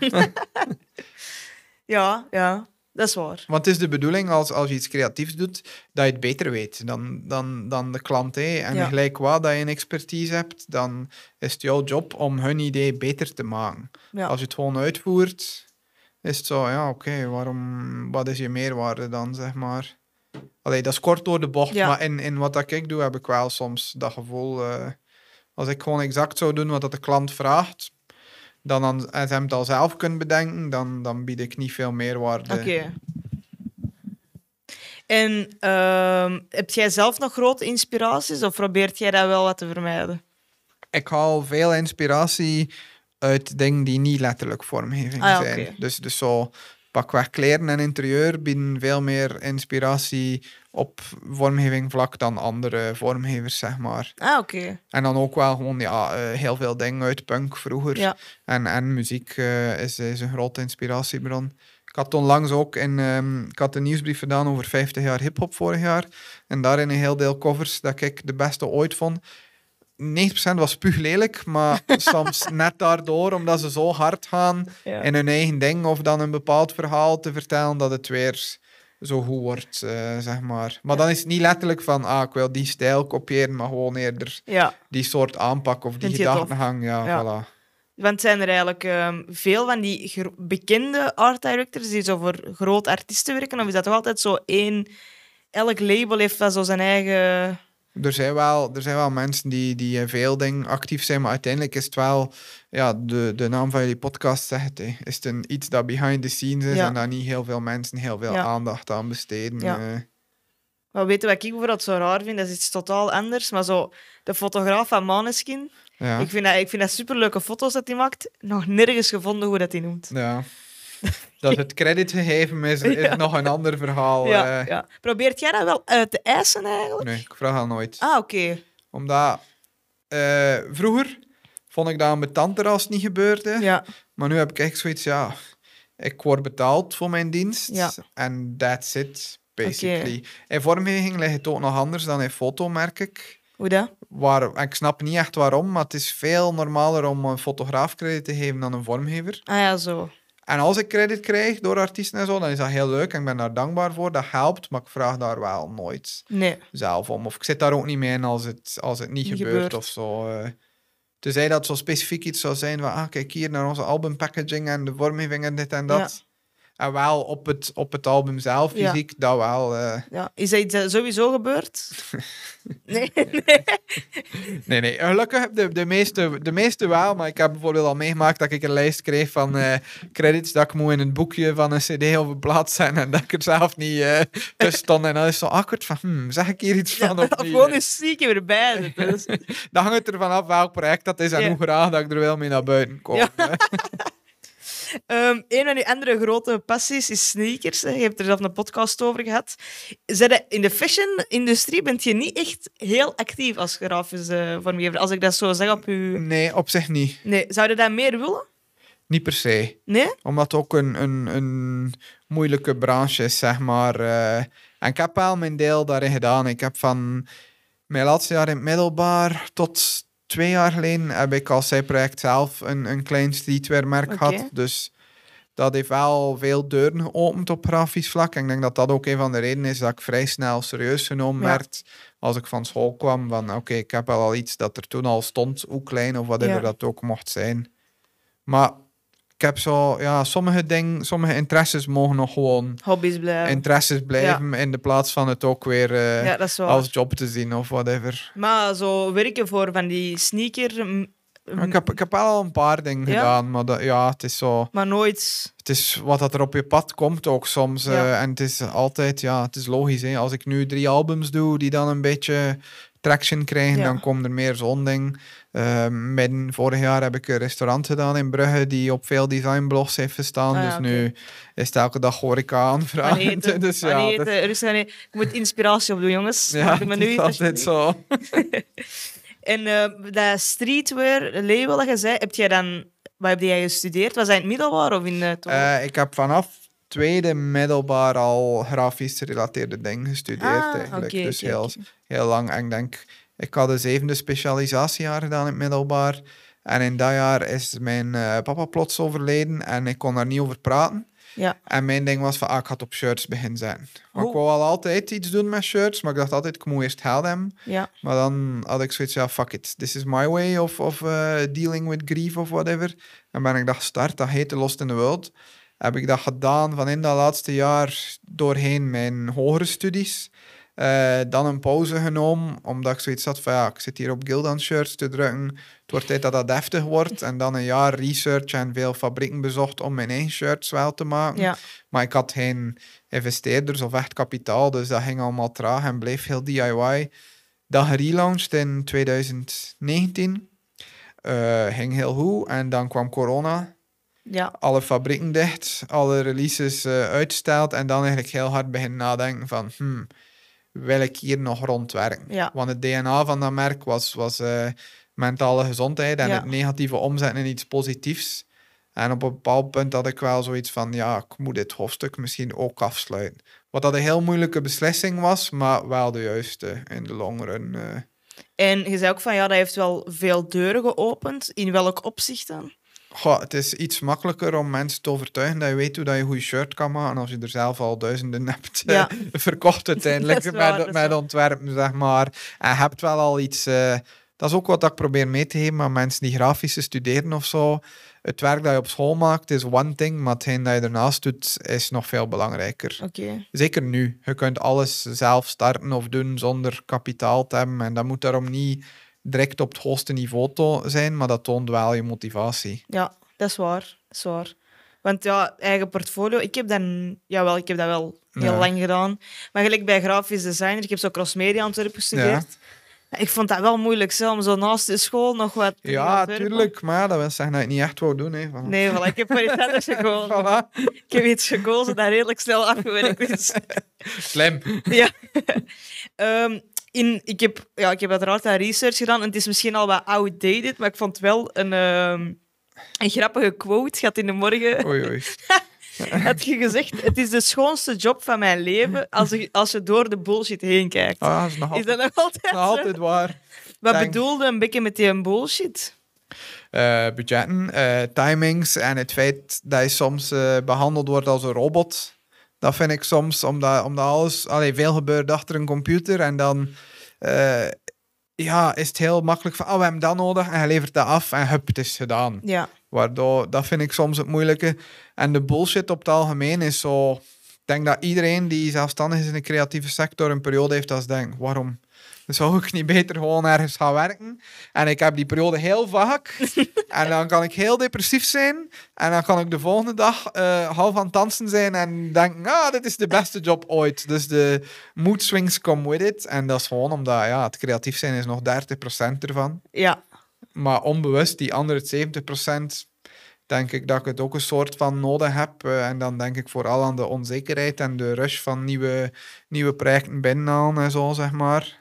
ja, ja. Dat is waar. Want het is de bedoeling, als, als je iets creatiefs doet, dat je het beter weet dan, dan, dan de klant. Hè. En Ja. gelijk wat dat je een expertise hebt, dan is het jouw job om hun idee beter te maken. Ja. Als je het gewoon uitvoert, is het zo, ja, oké, waarom, wat is je meerwaarde dan, zeg maar? Allee, dat is kort door de bocht, Ja. maar in, in wat dat ik doe, heb ik wel soms dat gevoel... eh, als ik gewoon exact zou doen wat dat de klant vraagt, dan, dan, en ze hem het al zelf kunnen bedenken, dan, dan bied ik niet veel meerwaarde. Oké. En ehm, heb jij zelf nog grote inspiraties of probeert jij dat wel wat te vermijden? Ik haal veel inspiratie uit dingen die niet letterlijk vormgeving Ah ja, zijn. oké. Dus, dus zo pakweg kleren en interieur bieden veel meer inspiratie op vormgeving vlak dan andere vormgevers, zeg maar. Ah, oké. En dan ook wel gewoon ja, eh, heel veel dingen uit punk vroeger. Ja. En, en muziek eh, is, is een grote inspiratiebron. Ik had onlangs ook in, ehm, ik had een nieuwsbrief gedaan over vijftig jaar hip-hop vorig jaar. En daarin een heel deel covers dat ik de beste ooit vond. negentig procent was spuuglelijk, maar soms net daardoor, omdat ze zo hard gaan Ja. in hun eigen ding of dan een bepaald verhaal te vertellen, dat het weer zo goed wordt, eh, zeg maar. Maar Ja. dan is het niet letterlijk van, ah, ik wil die stijl kopiëren, maar gewoon eerder ja. die soort aanpak of die Vind je het gedachtengang. Ja, Ja. voilà. Want zijn er eigenlijk ehm, veel van die gro- bekende art directors die zo voor grote artiesten werken? Of is dat toch altijd zo één... Elk label heeft wel zo zijn eigen... Er zijn wel, er zijn wel mensen die, die in veel dingen actief zijn, maar uiteindelijk is het wel, ja, de, de naam van jullie podcast zegt het, hè. Is het een, iets dat behind the scenes is Ja. en daar niet heel veel mensen heel veel Ja. aandacht aan besteden. Ja. eh. Maar weet je wat ik bijvoorbeeld zo raar vind? Dat is iets totaal anders. Maar zo, de fotograaf van Måneskin, ja. ik, vind dat, ik vind dat superleuke foto's dat hij maakt. Nog nergens gevonden hoe dat hij noemt. Ja. Dat het credit gegeven is, is Ja. nog een ander verhaal. Ja, eh. ja. Probeert jij dat wel uit te eisen eigenlijk? Nee, ik vraag dat nooit. Ah, oké. Omdat eh, vroeger vond ik dat ambetanter als het niet gebeurde. Ja. Maar nu heb ik echt zoiets, ja, ik word betaald voor mijn dienst. Ja. En that's it, basically. Oké. In vormgeving ligt het ook nog anders dan in foto, merk ik. Hoe dat? Waar, en ik snap niet echt waarom, maar het is veel normaler om een fotograaf credit te geven dan een vormgever. Ah ja, zo. En als ik credit krijg door artiesten en zo, dan is dat heel leuk en ik ben daar dankbaar voor. Dat helpt, maar ik vraag daar wel nooit Nee. zelf om. Of ik zit daar ook niet mee in als het, als het niet, Niet gebeurt, gebeurt. of zo. eh. Tenzij dat zo specifiek iets zou zijn van, ah, kijk hier naar onze albumpackaging en de vormgeving en dit en dat. En wel op het, op het album zelf, Ja. fysiek, dat wel. eh. Ja. Is dat iets dat sowieso gebeurd? nee, nee. Nee, nee, gelukkig de, de, meeste, de meeste wel, maar ik heb bijvoorbeeld al meegemaakt dat ik een lijst kreeg van eh, credits dat ik moet in een boekje van een cd of een blad zijn en dat ik er zelf niet eh, tussen stond. En dan is het zo awkward van, hmm, zeg ik hier iets Ja, van of of niet? gewoon een zieke erbij zetten. Dus- Dan hangt het ervan af welk project dat is en Ja. hoe graag dat ik er wel mee naar buiten kom. Ja. Ehm, een van uw andere grote passies is sneakers. Hè. Je hebt er zelf een podcast over gehad. Zijn dat- in de fashion-industrie bent je niet echt heel actief als grafisch eh, vormgever. Als ik dat zo zeg op uw... Nee, op zich niet. Nee, zou je dat meer willen? Niet per se. Nee? Omdat het ook een, een, een moeilijke branche is, zeg maar. eh. En ik heb wel mijn deel daarin gedaan. Ik heb van mijn laatste jaar in het middelbaar tot twee jaar geleden heb ik als zijproject zelf een, een klein streetwearmerk Oké. gehad. Dus dat heeft wel veel deuren geopend op grafisch vlak. En ik denk dat dat ook een van de redenen is dat ik vrij snel serieus genomen Ja. werd als ik van school kwam. Van oké, ik heb wel al iets dat er toen al stond, hoe klein of whatever Ja. dat ook mocht zijn. Maar ik heb zo, ja, sommige dingen, sommige interesses mogen nog gewoon Hobby's blijven. interesses blijven in de plaats van het ook weer eh, ja, dat is waar. als job te zien of whatever. Maar zo werken voor van die sneaker... mm, Ik heb, ik heb wel al een paar dingen Ja? gedaan, maar dat, ja, het is zo... Maar nooit... Het is wat dat er op je pad komt ook soms. eh, Ja. en het is altijd, ja, het is logisch. Hè. Als ik nu drie albums doe die dan een beetje traction krijgen, Ja. dan komt er meer zo'n ding. Eh, midden vorig jaar heb ik een restaurant gedaan in Brugge die op veel designblogs heeft gestaan. Ah, ja, dus oké. nu is het elke dag horeca Aan aanvragen. eten, dus aan ja, eten, dat- rustig aan eten. Je moet inspiratie opdoen, jongens. ja, Maak het me het nu is niet altijd alsjeblieft. zo. En uh, dat streetwear label dat je zei, heb jij dan... Wat heb jij gestudeerd? Was dat in het middelbaar of in het... Uh, ik heb vanaf tweede middelbaar al grafisch gerelateerde dingen gestudeerd. Ah, eigenlijk. Okay, dus okay, heel, okay. heel lang. En ik denk, ik had een zevende specialisatiejaar gedaan in het middelbaar. En in dat jaar is mijn uh, papa plots overleden en ik kon daar niet over praten. Ja. En mijn ding was van, ah, ik ga het op shirts beginnen zetten. Maar Oh. ik wou al altijd iets doen met shirts, maar ik dacht altijd, ik moet eerst geld hebben. Ja. Maar dan had ik zoiets, ja, fuck it. This is my way of, of uh, dealing with grief of whatever. En ben ik dat gestart, dat heette Lost in the World. Heb ik dat gedaan van in dat laatste jaar doorheen mijn hogere studies. Uh, dan een pauze genomen, omdat ik zoiets had van, ja, ik zit hier op Gildan shirts te drukken. Het wordt tijd dat dat deftig wordt. En dan een jaar research en veel fabrieken bezocht om mijn eigen shirts wel te maken. Ja. Maar ik had geen investeerders of echt kapitaal, dus dat ging allemaal traag en bleef heel D I Y. Dat gerelaunched in twintig negentien. Uh, ging heel goed. En dan kwam corona. Ja. Alle fabrieken dicht, alle releases uh, uitgesteld. En dan eigenlijk heel hard beginnen nadenken van... Hmm, wil ik hier nog rondwerken? Ja. Want het D N A van dat merk was, was uh, mentale gezondheid en ja. het negatieve omzetten in iets positiefs. En op een bepaald punt had ik wel zoiets van, ja, ik moet dit hoofdstuk misschien ook afsluiten. Wat dat een heel moeilijke beslissing was, maar wel de juiste in de long run. Uh. En je zei ook van, ja, dat heeft wel veel deuren geopend. In welk opzicht dan? Goh, het is iets makkelijker om mensen te overtuigen dat je weet hoe dat je een goed shirt kan maken als je er zelf al duizenden hebt ja. uh, verkocht uiteindelijk waar, met, met ontwerpen, zeg maar. En je hebt wel al iets... Uh, dat is ook wat ik probeer mee te geven aan mensen die grafische studeren of zo. Het werk dat je op school maakt is one thing, maar hetgeen dat je ernaast doet is nog veel belangrijker. Okay. Zeker nu. Je kunt alles zelf starten of doen zonder kapitaal te hebben en dat moet daarom niet... direct op het hoogste niveau to- zijn, maar dat toont wel je motivatie. Ja, dat is waar. Dat is waar. Want ja, eigen portfolio, ik heb, dan, jawel, ik heb dat wel heel Ja. lang gedaan. Maar gelijk bij grafisch designer, ik heb zo crossmedia Antwerpen gestudeerd. Ja. Ik vond dat wel moeilijk, zo, om zo naast de school nog wat te Ja, tuurlijk, maar dat wil zeggen dat je het niet echt wou doen. Hè, van... Nee, voilà, ik heb voor iets anders gekozen. Voilà. Ik heb iets gekozen dat redelijk snel afgewerkt is. Slim. Ja. um, In, ik, heb, ja, ik heb uiteraard aan research gedaan en het is misschien al wat outdated, maar ik vond wel een, um, een grappige quote. Je had in de morgen... Oei, oei. had je gezegd, het is de schoonste job van mijn leven als je, als je door de bullshit heen kijkt. Ah, dat is, nog altijd, is dat nog altijd nog altijd waar. Wat Denk... bedoelde een beetje met die bullshit? Uh, budgetten, uh, timings en het feit dat je soms uh, behandeld wordt als een robot. Dat vind ik soms, omdat, omdat alles... Allee, veel gebeurt achter een computer en dan... Uh, ja, is het heel makkelijk van... Oh, we hebben dat nodig en je levert dat af en hup, het is gedaan. Ja. Waardoor, dat vind ik soms het moeilijke. En de bullshit op het algemeen is zo... Ik denk dat iedereen die zelfstandig is in de creatieve sector een periode heeft dat ze denkt, waarom... zou ik niet beter gewoon ergens gaan werken? En ik heb die periode heel vaak. En dan kan ik heel depressief zijn. En dan kan ik de volgende dag uh, half aan het dansen zijn en denken, ah, dit is de beste job ooit. Dus de mood swings come with it. En dat is gewoon omdat ja, het creatief zijn is nog dertig procent ervan. Ja. Maar onbewust, die andere zeventig procent, denk ik dat ik het ook een soort van nodig heb. Uh, en dan denk ik vooral aan de onzekerheid en de rush van nieuwe, nieuwe projecten binnenhalen en zo, zeg maar.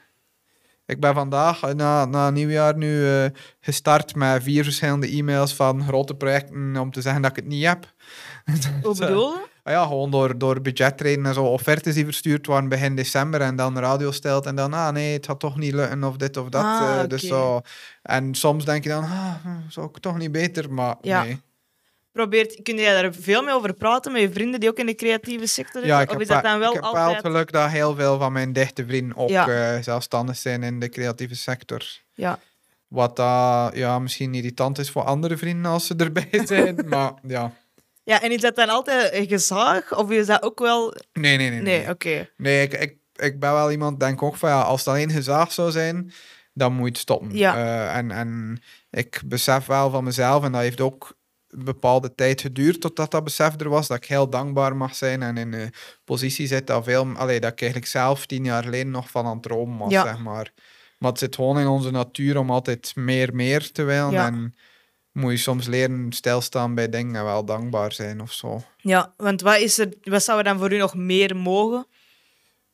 Ik ben vandaag, na, na nieuwjaar nu, uh, gestart met vier verschillende e-mails van grote projecten om te zeggen dat ik het niet heb. Hoe bedoel je? Ah ja, gewoon door, door budgetreden en zo. Offertes die verstuurd waren begin december en dan radio stelt en dan, ah nee, het gaat toch niet lukken of dit of dat. Ah, uh, okay. Dus zo. En soms denk je dan, ah, zou ik toch niet beter, maar ja. nee. Probeert, kun jij daar veel mee over praten met je vrienden die ook in de creatieve sector zijn? Ja, ik of is heb, dat dan wel ik heb altijd... wel het geluk dat heel veel van mijn dichte vrienden ook ja. uh, zelfstandig zijn in de creatieve sector. Ja. Wat uh, ja, misschien irritant is voor andere vrienden als ze erbij zijn, maar ja. Ja, en is dat dan altijd een gezag? Of is dat ook wel... Nee, nee, nee. Nee, nee oké. Okay. Nee, ik, ik, ik ben wel iemand, denk ook van ja, als het alleen gezag zou zijn, dan moet je het stoppen. Ja. Uh, en, en ik besef wel van mezelf, en dat heeft ook een bepaalde tijd geduurd totdat dat besef er was, dat ik heel dankbaar mag zijn en in een positie zit dat, veel, allee, dat ik eigenlijk zelf tien jaar geleden nog van aan het dromen was, ja. zeg maar. Maar het zit gewoon in onze natuur om altijd meer, meer te willen. Ja. En moet je soms leren stilstaan bij dingen en wel dankbaar zijn of zo. Ja, want wat, is er, wat zou er dan voor u nog meer mogen?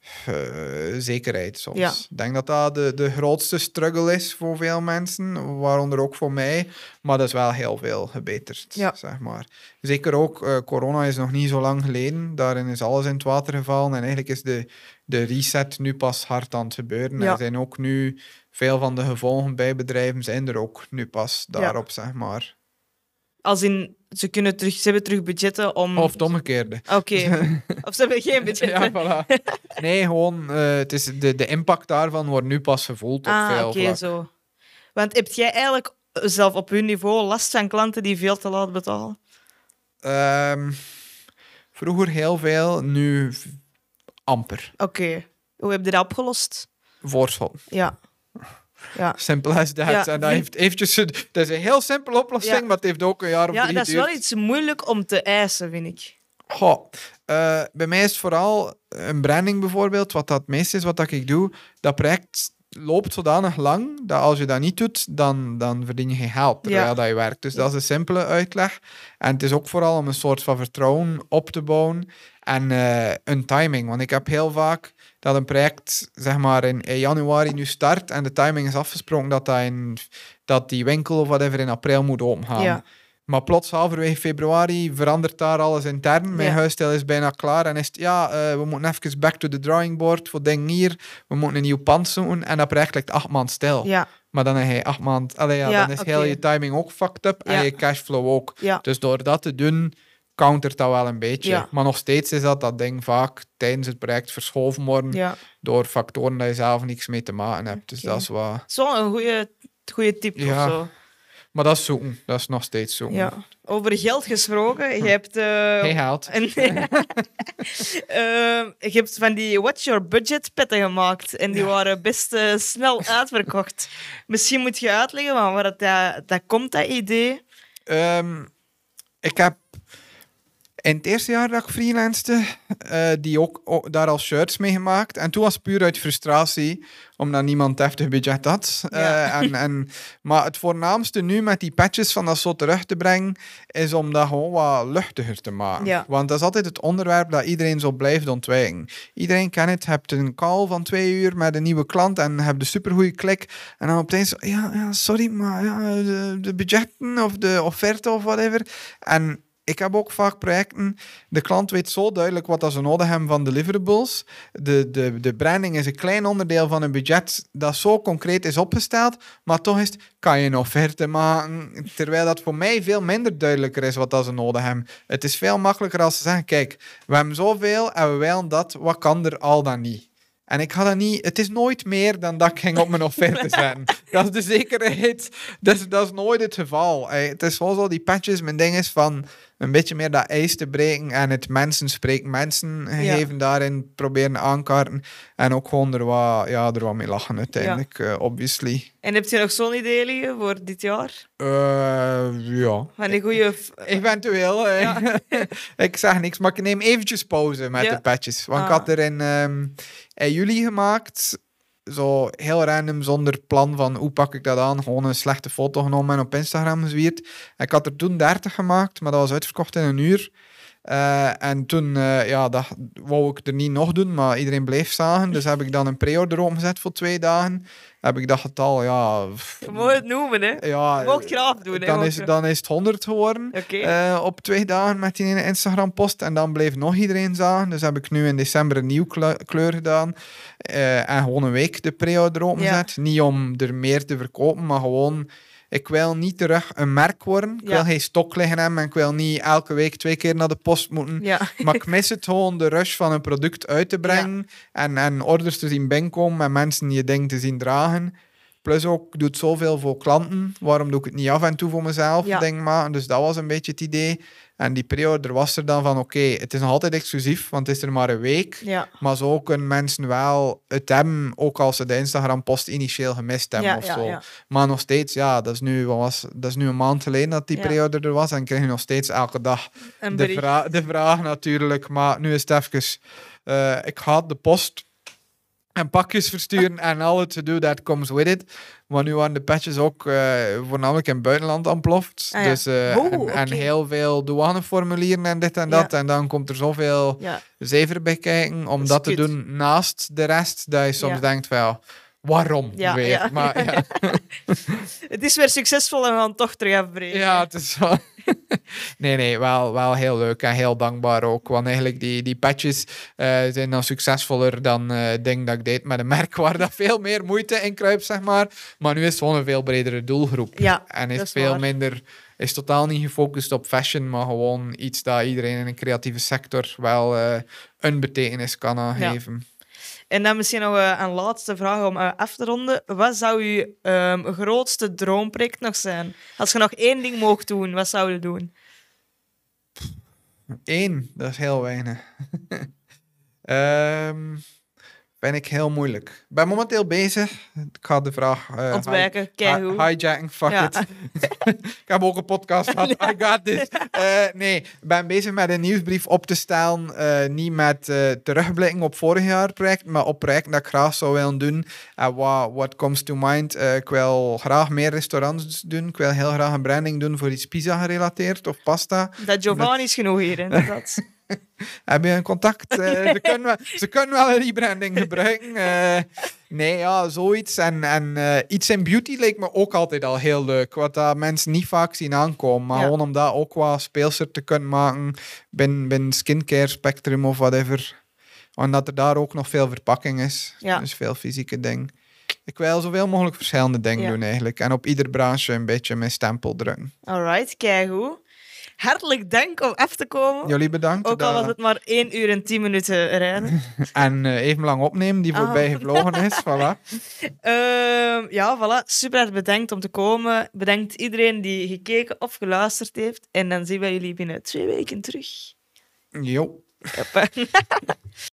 uh, zekerheid soms. Ja. Ik denk dat dat de, de grootste struggle is voor veel mensen, waaronder ook voor mij. Maar dat is wel heel veel gebeterd, Ja. zeg maar. Zeker ook, uh, corona is nog niet zo lang geleden. Daarin is alles in het water gevallen. En eigenlijk is de, de reset nu pas hard aan het gebeuren. Ja. Er zijn ook nu veel van de gevolgen bij bedrijven zijn er ook nu pas daarop, ja. zeg maar. Als in, ze, kunnen terug, ze hebben terug budgetten om... Of het omgekeerde. Oké. Okay. Of ze hebben geen budgetten. Ja, voilà. Nee, gewoon, uh, het is de, de impact daarvan wordt nu pas gevoeld op ah, veel okay, vlak. Zo. Want heb jij eigenlijk zelf op hun niveau last van klanten die veel te laat betalen? Um, vroeger heel veel, nu amper. Oké. Okay. Hoe heb je dat opgelost? Voorschot. Ja. Ja. Simpel as that. Ja, en dat, heeft eventjes, dat is een heel simpele oplossing, ja. maar het heeft ook een jaar of ja, drie dat is wel iets moeilijk om te eisen, vind ik. Goh, uh, bij mij is het vooral een branding bijvoorbeeld, wat dat het meeste is wat dat ik doe. Dat project loopt zodanig lang, dat als je dat niet doet, dan, dan verdien je geen geld terwijl ja. dat je werkt. Dus ja. dat is een simpele uitleg. En het is ook vooral om een soort van vertrouwen op te bouwen en uh, een timing. Want ik heb heel vaak dat een project zeg maar in, in januari nu start en de timing is afgesproken dat, dat, in, dat die winkel of whatever in april moet opengaan. Ja. Maar plots, halverwege februari, verandert daar alles intern. Mijn ja. huisstijl is bijna klaar. En is het, ja, uh, we moeten even back to the drawing board voor dingen hier. We moeten een nieuw pand zoeken. En dat project ligt acht maanden stil. Ja. Maar dan heb je acht maanden... Allee, ja, ja, dan is okay. heel je timing ook fucked up. Ja. En je cashflow ook. Ja. Dus door dat te doen, countert dat wel een beetje. Ja. Maar nog steeds is dat dat ding vaak tijdens het project verschoven worden. Ja. Door factoren dat je zelf niks mee te maken hebt. Dus okay. dat is wat... Zo'n goede tip ja. of zo. Maar dat is zoeken. Dat is nog steeds zoeken. Ja. Over geld gesproken. Je hebt... Uh, Geen geld. Een, uh, je hebt van die What's Your Budget petten gemaakt. En die ja. waren best uh, snel uitverkocht. Misschien moet je uitleggen van waar dat, dat, dat komt, dat idee. Um, ik heb... In het eerste jaar dat ik freelancede, uh, die ook, ook daar al shirts mee gemaakt. En toen was het puur uit frustratie, omdat niemand heftig budget had. Uh, ja. en, en, maar het voornaamste nu met die patches van dat zo terug te brengen, is om dat gewoon wat luchtiger te maken. Ja. Want dat is altijd het onderwerp dat iedereen zo blijft ontwijken. Iedereen kent het. Je hebt een call van twee uur met een nieuwe klant en je hebt de supergoeie klik. En dan opeens, ja, ja sorry, maar ja, de, de budgetten of de offerte of whatever. En ik heb ook vaak projecten, de klant weet zo duidelijk wat dat ze nodig hebben van deliverables. De, de, de branding is een klein onderdeel van een budget dat zo concreet is opgesteld, maar toch is het, kan je een offerte maken, terwijl dat voor mij veel minder duidelijker is wat dat ze nodig hebben. Het is veel makkelijker als ze zeggen, kijk, we hebben zoveel en we willen dat, wat kan er al dan niet? En ik had dat niet... Het is nooit meer dan dat ik ging op mijn offerte zetten. Dat is de zekerheid. Dat is, dat is nooit het geval. Het is gewoon zo, die patches, mijn ding is van een beetje meer dat ijs te breken en het mensen spreken mensen gegeven ja. daarin proberen aankaarten. En ook gewoon er wat, ja, er wat mee lachen uiteindelijk, ja. uh, obviously. En heb je nog zo'n idee liggen voor dit jaar? Uh, ja. Van die goeie... Eventueel. Ja. Ik zeg niks, maar ik neem eventjes pauze met ja. de patches. Want ah. ik had er in, um, in juli gemaakt... Zo heel random, zonder plan van hoe pak ik dat aan. Gewoon een slechte foto genomen en op Instagram gezwierd. En ik had er toen dertig gemaakt, maar dat was uitverkocht in een uur. Uh, en toen uh, ja, dat wou ik er niet nog doen, maar iedereen bleef zagen. Dus heb ik dan een pre-order opgezet voor twee dagen. Heb ik dat getal, ja... Je mag het noemen, hè? Ja, je mag het graag doen, hè? Dan is, dan is het honderd geworden okay. uh, op twee dagen met die ene Instagram-post. En dan bleef nog iedereen zagen. Dus heb ik nu in december een nieuw kleur gedaan. Uh, en gewoon een week de pre-order opgezet. Ja. Niet om er meer te verkopen, maar gewoon... Ik wil niet terug een merk worden. Ik ja. wil geen stok liggen hebben en ik wil niet elke week twee keer naar de post moeten. Ja. Maar ik mis het gewoon, de rush van een product uit te brengen ja. en, en orders te zien binnenkomen en mensen je ding te zien dragen. Plus ook, ik doe het zoveel voor klanten. Waarom doe ik het niet af en toe voor mezelf? Ja. Denk maar. Dus dat was een beetje het idee. En die periode was er dan van, oké, okay, het is nog altijd exclusief, want het is er maar een week. Ja. Maar zo kunnen mensen wel het hebben, ook als ze de Instagram-post initieel gemist hebben ja, of ja, zo. Ja. Maar nog steeds, ja, dat is, nu, wat was, dat is nu een maand geleden dat die ja. periode er was. En krijg je nog steeds elke dag de, vra- de vraag natuurlijk. Maar nu is het even... Uh, ik haat de post... En pakjes versturen en all to do that comes with it. Maar nu waren de patches ook uh, voornamelijk in het buitenland ontploft. Ah, ja. Dus, uh, oh, en, okay. en heel veel douaneformulieren en dit en dat. Ja. En dan komt er zoveel ja. zever bij kijken om dat, dat te doen naast de rest. Dat je soms ja. denkt, wel, waarom ja, weer? Ja. Maar, ja. Het is weer succesvol en we gaan toch terug afbreken. Ja, het is wel... nee, nee, wel, wel heel leuk en heel dankbaar ook. Want eigenlijk die, die patches uh, zijn dan succesvoller dan uh, dingen dat ik deed met een merk waar dat veel meer moeite in kruipt, zeg maar. Maar nu is het gewoon een veel bredere doelgroep. Ja, en is, is veel waar. minder... Is totaal niet gefocust op fashion, maar gewoon iets dat iedereen in een creatieve sector wel uh, een betekenis kan aangeven. Ja. En dan misschien nog uh, een laatste vraag om uh, af te ronden. Wat zou je um, grootste droomproject nog zijn? Als je nog één ding mocht doen, wat zou je doen? Eén, dat is heel weinig. um, vind ik heel moeilijk. Ik ben momenteel bezig. Ik ga de vraag... Uh, Ontwijken, keigoed. Hi- hijacking, fuck ja. it. Ik heb ook een podcast gehad. I got this. Uh, nee, ik ben bezig met een nieuwsbrief op te stellen. Uh, niet met uh, terugblikken op vorig jaar project, maar op projecten dat ik graag zou willen doen. En uh, what, what comes to mind? Uh, ik wil graag meer restaurants doen. Ik wil heel graag een branding doen voor iets pizza gerelateerd of pasta. Dat Giovanni dat... is genoeg hier, inderdaad. Heb je een contact? Uh, ze, kunnen wel, ze kunnen wel een rebranding gebruiken. Uh, nee, ja, zoiets. En, en uh, iets in beauty leek me ook altijd al heel leuk. Wat dat mensen niet vaak zien aankomen. Maar ja. gewoon om dat ook wat speelser te kunnen maken. Binnen, binnen skincare spectrum of whatever. Omdat er daar ook nog veel verpakking is. Ja. Dus veel fysieke dingen. Ik wil zoveel mogelijk verschillende dingen ja. doen eigenlijk. En op ieder branche een beetje mijn stempel drukken. Alright, keigoed. Hartelijk dank om af te komen. Jullie bedankt. Ook al was het maar één uur en tien minuten rijden. en uh, even lang opnemen, die voorbij oh. gevlogen is. Voilà. Uh, ja, voilà. Super bedankt om te komen. Bedankt iedereen die gekeken of geluisterd heeft. En dan zien wij jullie binnen twee weken terug. Jo.